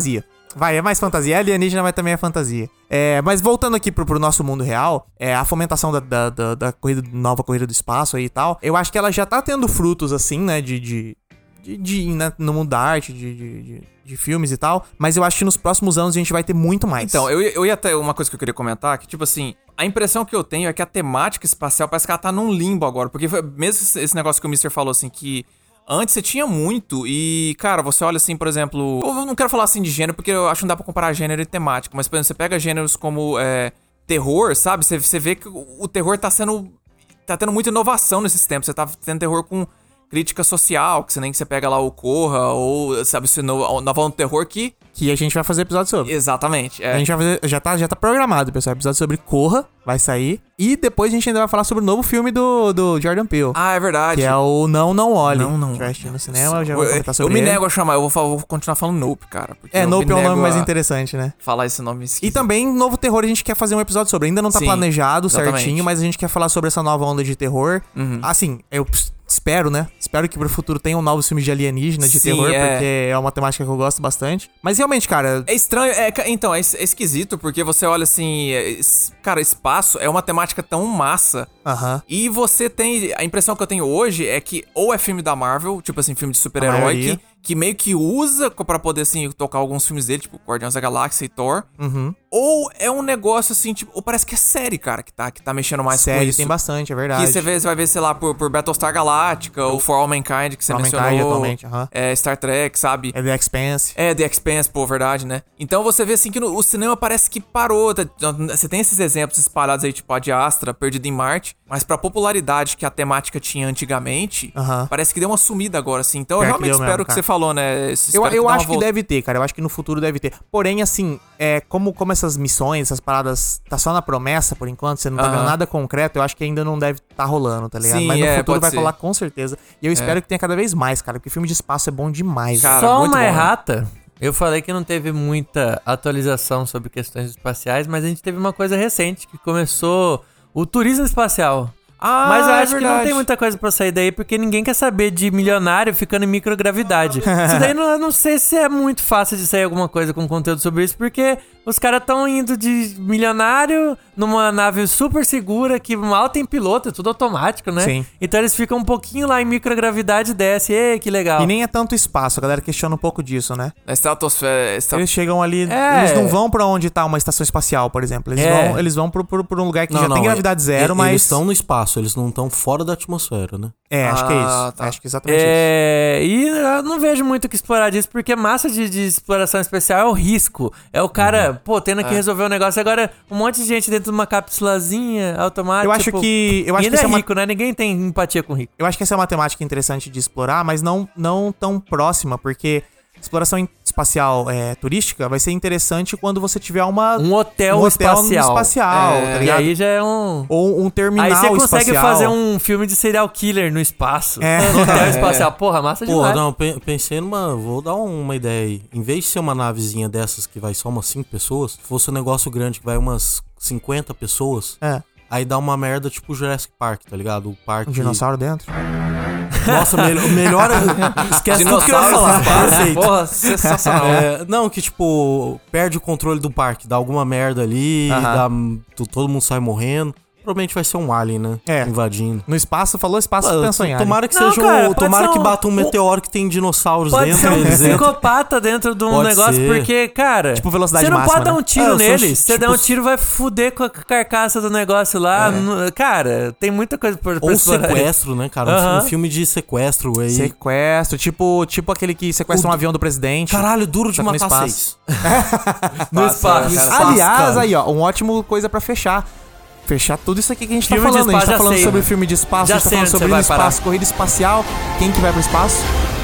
Vai, é mais fantasia. É alienígena, mas também é fantasia. É, mas voltando aqui pro, pro nosso mundo real, é, a fomentação da, da, da, da corrida, nova corrida do espaço aí e tal, eu acho que ela já tá tendo frutos, assim, né, de... de, de, de né, no mundo da arte, de, de, de, de filmes e tal, mas eu acho que nos próximos anos a gente vai ter muito mais. Então, eu, eu ia até uma coisa que eu queria comentar, que tipo assim, a impressão que eu tenho é que a temática espacial parece que ela tá num limbo agora, porque foi mesmo esse negócio que o mister falou, assim, que antes você tinha muito e, cara, você olha assim, por exemplo... Eu não quero falar assim de gênero, porque eu acho que não dá pra comparar gênero e temática. Mas, por exemplo, você pega gêneros como é, terror, sabe? Você, você vê que o terror tá sendo... Tá tendo muita inovação nesses tempos. Você tá tendo terror com crítica social, que você nem que você pega lá o Corra, ou, sabe, esse novo, novo terror que... Que a gente vai fazer episódio sobre. Exatamente. É. A gente vai fazer... Já tá, já tá programado, pessoal. Episódio sobre Corra vai sair. E depois a gente ainda vai falar sobre o novo filme do, do Jordan Peele. Ah, é verdade. Que é o Não, Não Olhe. Não, Não. A gente vai assistir no cinema, eu já vou comentar Eu, sobre eu me ele. nego a chamar, eu vou, falar- vou continuar falando Nope, cara. porque É, eu Nope me é o nome nego mais a interessante, né? Falar esse nome E esquisito. também, novo terror, a gente quer fazer um episódio sobre. Ainda não tá Sim, planejado exatamente. certinho, mas a gente quer falar sobre essa nova onda de terror. Uhum. Assim, eu ps- espero, né? Espero que pro futuro tenham novos filmes de alienígena, de Sim, terror, é. porque é uma temática que eu gosto bastante. Mas realmente, cara, É estranho, é, ca- então, é, es- é esquisito, porque você olha assim, é, es- cara, espaço é uma temática tão massa. aham. E você tem. A impressão que eu tenho hoje é que ou é filme da Marvel, tipo assim, filme de super-herói, maioria. que, que meio que usa co- pra poder, assim, tocar alguns filmes dele, tipo Guardiões da Galáxia e Thor. Uhum. Ou é um negócio assim, tipo, ou parece que é série, cara, que tá, que tá mexendo mais com Série isso. tem bastante, é verdade. Que você, vê, você vai ver, sei lá, por, por Battlestar Galactica, ou For All Mankind, que você For All mencionou. Mankind, atualmente, aham. É, Star Trek, sabe? É The Expanse. É, The Expanse, pô, verdade, né? Então você vê assim que no- o cinema parece que parou. tá- Você tem esses exemplos espalhados aí, tipo a de Astra, Perdido em Marte, mas pra popularidade que a temática tinha antigamente, Aham. parece que deu uma sumida agora, assim. Então eu Pior que realmente deu espero mesmo, que cara. você falou, né? Eu, Espero eu dê uma acho que volta. deve ter, cara. Eu acho que no futuro deve ter. Porém, assim, é, como, como essas missões, essas paradas, tá só na promessa por enquanto, você não tá Aham. vendo nada concreto, eu acho que ainda não deve tá rolando, tá ligado? Sim, Mas no é, futuro pode vai ser. rolar com certeza. E eu espero que tenha cada vez mais, cara, porque filme de espaço é bom demais. Cara, Só muito uma bom, né? errata. Eu falei que não teve muita atualização sobre questões espaciais, mas a gente teve uma coisa recente que começou o turismo espacial. Ah, Mas eu é acho que não verdade. tem muita coisa pra sair daí, porque ninguém quer saber de milionário ficando em microgravidade. Isso daí não, eu não sei se é muito fácil de sair alguma coisa com conteúdo sobre isso, porque os caras estão indo de milionário numa nave super segura, que mal tem piloto, é tudo automático, né? Sim. Então eles ficam um pouquinho lá em microgravidade e desce. Ei, que legal. E nem é tanto espaço, a galera questiona um pouco disso, né? Na estratosfera. estra- Eles chegam ali, É. eles não vão pra onde tá uma estação espacial, por exemplo. Eles É. vão, eles vão pro, pro, pro um lugar que Não, já não, tem é- gravidade zero, e- mas... Eles estão no espaço, eles não estão fora da atmosfera, né? É, acho que é Ah, isso. tá. Acho que é exatamente isso. É, e eu não vejo muito o que explorar disso, porque massa de, de exploração especial é o risco. É o cara, Uhum. pô, tendo É. que resolver um negócio. Agora, um monte de gente dentro de uma capsulazinha automática. Eu acho tipo, que- eu acho e que ele isso é é uma- rico, né? Ninguém tem empatia com rico. Eu acho que essa é uma temática interessante de explorar, mas não, não tão próxima, porque exploração em- espacial é, turística vai ser interessante quando você tiver uma... Um hotel, Um hotel espacial. espacial, É, tá e ligado? aí já é um... Ou um terminal Aí espacial. você consegue fazer um filme de serial killer no espaço. É. No hotel espacial. Porra, massa Pô, demais. não, pe- pensei numa. Vou dar uma ideia aí. Em vez de ser uma navezinha dessas que vai só umas cinco pessoas, se fosse um negócio grande que vai umas cinquenta pessoas, É, aí dá uma merda tipo o Jurassic Park, tá ligado? O parque. um dinossauro dentro. Nossa, melhor. melhor esquece tudo que eu ia Dinossauro, falar. Perfeito. Porra, sensacional. É, não, que tipo, perde o controle do parque, dá alguma merda ali, Aham. dá, tu- todo mundo sai morrendo. Provavelmente vai ser um alien, né? É. Invadindo. No espaço, falou espaço, Ah, pensou em alien. tomara que Não, seja cara, um, pode tomara ser que um- bata um um- meteoro que tem dinossauros Pode dentro. ser um eles entram. psicopata dentro de um Pode negócio, ser. porque, cara. Tipo velocidade você não máxima, pode dar né? um tiro Ah, eu sou nele. tipo- Se você der um tiro, vai fuder com a carcaça do negócio lá. No- Cara, tem muita coisa pra, pra Ou explorar. sequestro, né, cara? Um Aham. fi- Um filme de sequestro aí. Sequestro, tipo, tipo aquele que sequestra um avião do presidente. Caralho, duro de Só que no matar espaço. seis. No espaço. Espaço, Aliás, cara. aí, ó, um ótimo coisa pra fechar. Fechar tudo isso aqui que a gente Filme tá de falando. A gente espaço, tá já falando sei, sobre né? filme de espaço, Já a gente tá sei falando onde sobre você vai espaço, parar. corrida espacial. Quem que vai pro espaço?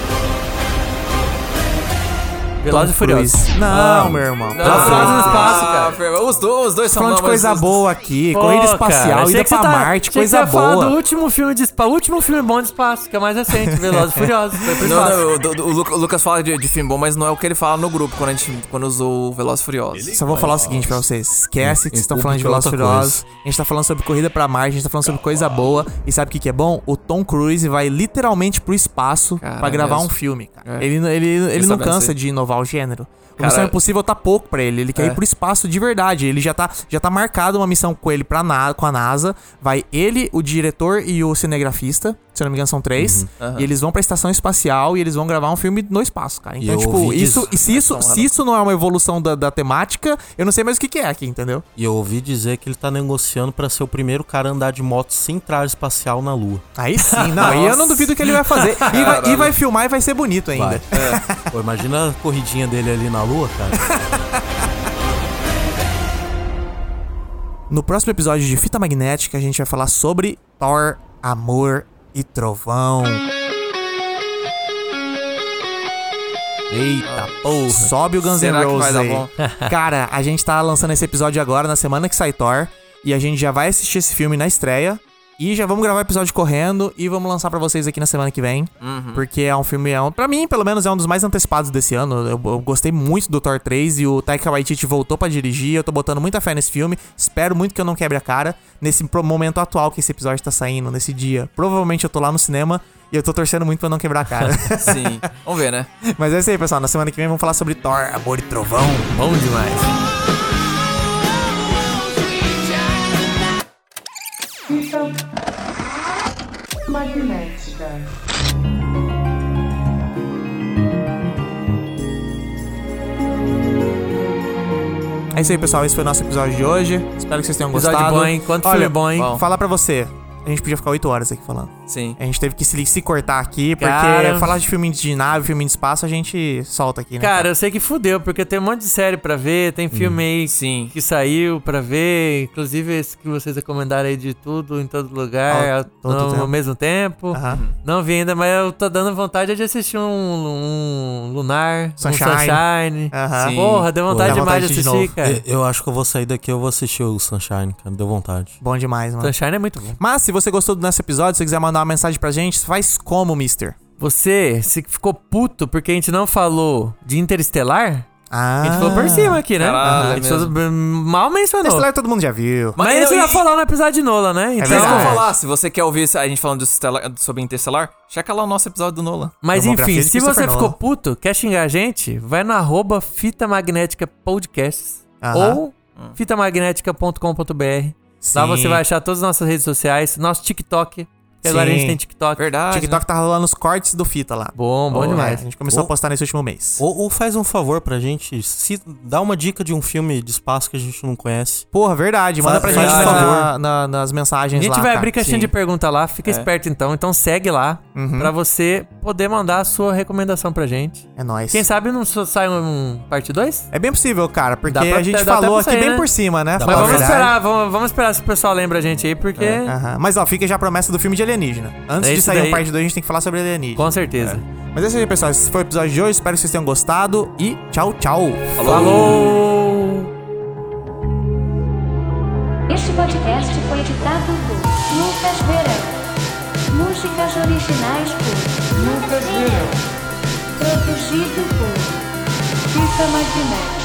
Velozes e Tom Furiosos. Cruise. Não, meu irmão. Velozes e Furiosos no espaço, cara. Ah, Os dois, os dois são Falando de não, mas coisa os- boa aqui, Pô, corrida cara, espacial, achei ida que você pra tá- Marte, achei que coisa você ia falar boa. do último filme de espaço. O último filme bom de espaço, que é o mais recente, Velozes e Furiosos. Foi pro Não, espaço. não, o, o- o Lu- o Lucas fala de, de filme bom, mas não é o que ele fala no grupo quando a gente quando usou o Velozes e Furiosos. Só vou falar o seguinte pra vocês. Esquece que Em vocês estão falando de público é Velozes e outra Furiosos. A gente tá falando sobre corrida pra Marte, a gente tá falando sobre coisa boa. E sabe o que que é bom? O Tom Cruise vai literalmente pro espaço Cara, pra gravar mesmo. um filme, cara. É. Ele, ele, ele não sabendo cansa disso aí. de inovar o gênero. O Missão Cara, Impossível tá pouco pra ele. Ele quer É. ir pro espaço de verdade. Ele já tá, já tá marcado uma missão com ele pra na, com a NASA. Vai ele, o diretor e o cinegrafista. Se eu não me engano, são três. Aham. E eles vão pra estação espacial e eles vão gravar um filme no espaço, cara. Então, E eu tipo, ouvi isso, disso. e se isso, se isso não é uma evolução da, da temática, eu não sei mais o que, que é aqui, entendeu? E eu ouvi dizer que ele tá negociando pra ser o primeiro cara a andar de moto sem traje espacial na Lua. Aí sim, não. Aí eu não duvido que ele vai fazer. E vai, e vai filmar e vai ser bonito ainda. Vai. Pô, imagina a corridinha dele ali na Lua, cara. No próximo episódio de Fita Magnética, a gente vai falar sobre Thor, Amor e Trovão. Eita porra. Sobe o Guns N' Será que vai Roses dar aí. bom? Cara, a gente tá lançando esse episódio agora, na semana que sai Thor. E a gente já vai assistir esse filme na estreia. E já vamos gravar o episódio correndo e vamos lançar pra vocês aqui na semana que vem. Uhum. Porque é um filme, é um, pra mim, pelo menos, é um dos mais antecipados desse ano. Eu, eu gostei muito do Thor três e o Taika Waititi voltou pra dirigir. Eu tô botando muita fé nesse filme. Espero muito que eu não quebre a cara nesse pro- momento atual que esse episódio tá saindo, nesse dia. Provavelmente eu tô lá no cinema e eu tô torcendo muito pra não quebrar a cara. Sim. Vamos ver, né? Mas é isso aí, pessoal. Na semana que vem vamos falar sobre Thor, Amor e Trovão. Bom demais. Fita magnética. É isso aí, pessoal. Esse foi o nosso episódio de hoje. Espero que vocês tenham Episódio gostado. bom, hein? Quanto Olha, filme bom, hein? bom. Falar pra você. A gente podia ficar oito horas aqui falando. Sim. A gente teve que se, se cortar aqui, porque Cara. falar de filme de nave, filme de espaço, a gente solta aqui, né? Cara, eu sei que fudeu, porque tem um monte de série pra ver, tem filme aí Sim. que saiu pra ver, inclusive esse que vocês recomendaram aí de tudo, em todo lugar, Ao- todo no, tempo. ao mesmo tempo. Aham. Não vi ainda, mas eu tô dando vontade de assistir um, um Lunar, Sunshine. um Sunshine. Aham. Sim. Porra, deu vontade Dá demais vontade de de assistir, novo. cara. Eu, eu acho que eu vou sair daqui, eu vou assistir o Sunshine, cara. Deu vontade. Bom demais, mano. Sunshine é muito bom. Mas se você gostou do nosso episódio, se você quiser mandar uma mensagem pra gente, faz como, mister? Você se ficou puto porque a gente não falou de Interestelar? Ah. A gente falou por cima aqui, né? Caralho, a gente é só- mal mencionou. Interestelar todo mundo já viu. Mas, Mas a gente eu- vai e- falar no episódio de Nolan, né? Então, Isso que eu verdade. vou falar. Se você quer ouvir a gente falando de Stellar- sobre Interstellar, checa lá o nosso episódio do Nolan. Mas Filmografia enfim, de se você Christopher ficou Nolan. puto, quer xingar a gente, vai no arroba Fita Magnética Podcasts Aham. ou fitamagnética ponto com ponto b r. Lá Sim. você vai achar todas as nossas redes sociais, nosso TikTok, que agora a Sim. gente tem TikTok. Verdade. TikTok tá rolando os cortes do Fita lá. Bom, bom É, demais. a gente começou Ô. a postar nesse último mês. Ou, ou faz um favor pra gente, se dá uma dica de um filme de espaço que a gente não conhece. Porra, verdade. Manda pra Fa- gente, por faz favor, favor. na- nas mensagens A gente lá, vai cara. abrir caixinha Sim. de pergunta lá, fica É. esperto então. Então segue lá Uhum. pra você poder mandar a sua recomendação pra gente. É nóis. Quem sabe não só sai um parte dois? É bem possível, cara, porque Dá pra- a gente dá até falou pra aqui sair, bem né? por cima, né? Dá Mas Falar a vamos verdade. esperar, vamos, vamos esperar se o pessoal lembra a gente aí, porque... Aham. Mas ó, fica já a promessa do filme de alienígena. Antes É de isso sair daí. o parte dois, a gente tem que falar sobre alienígena. Com certeza. Mas é isso aí, pessoal. Esse foi o episódio de hoje. Espero que vocês tenham gostado. E tchau, tchau. Falou! Este podcast foi editado por Lucas Verão. Músicas originais por Lucas Verão. Produzido por Fita Magnética.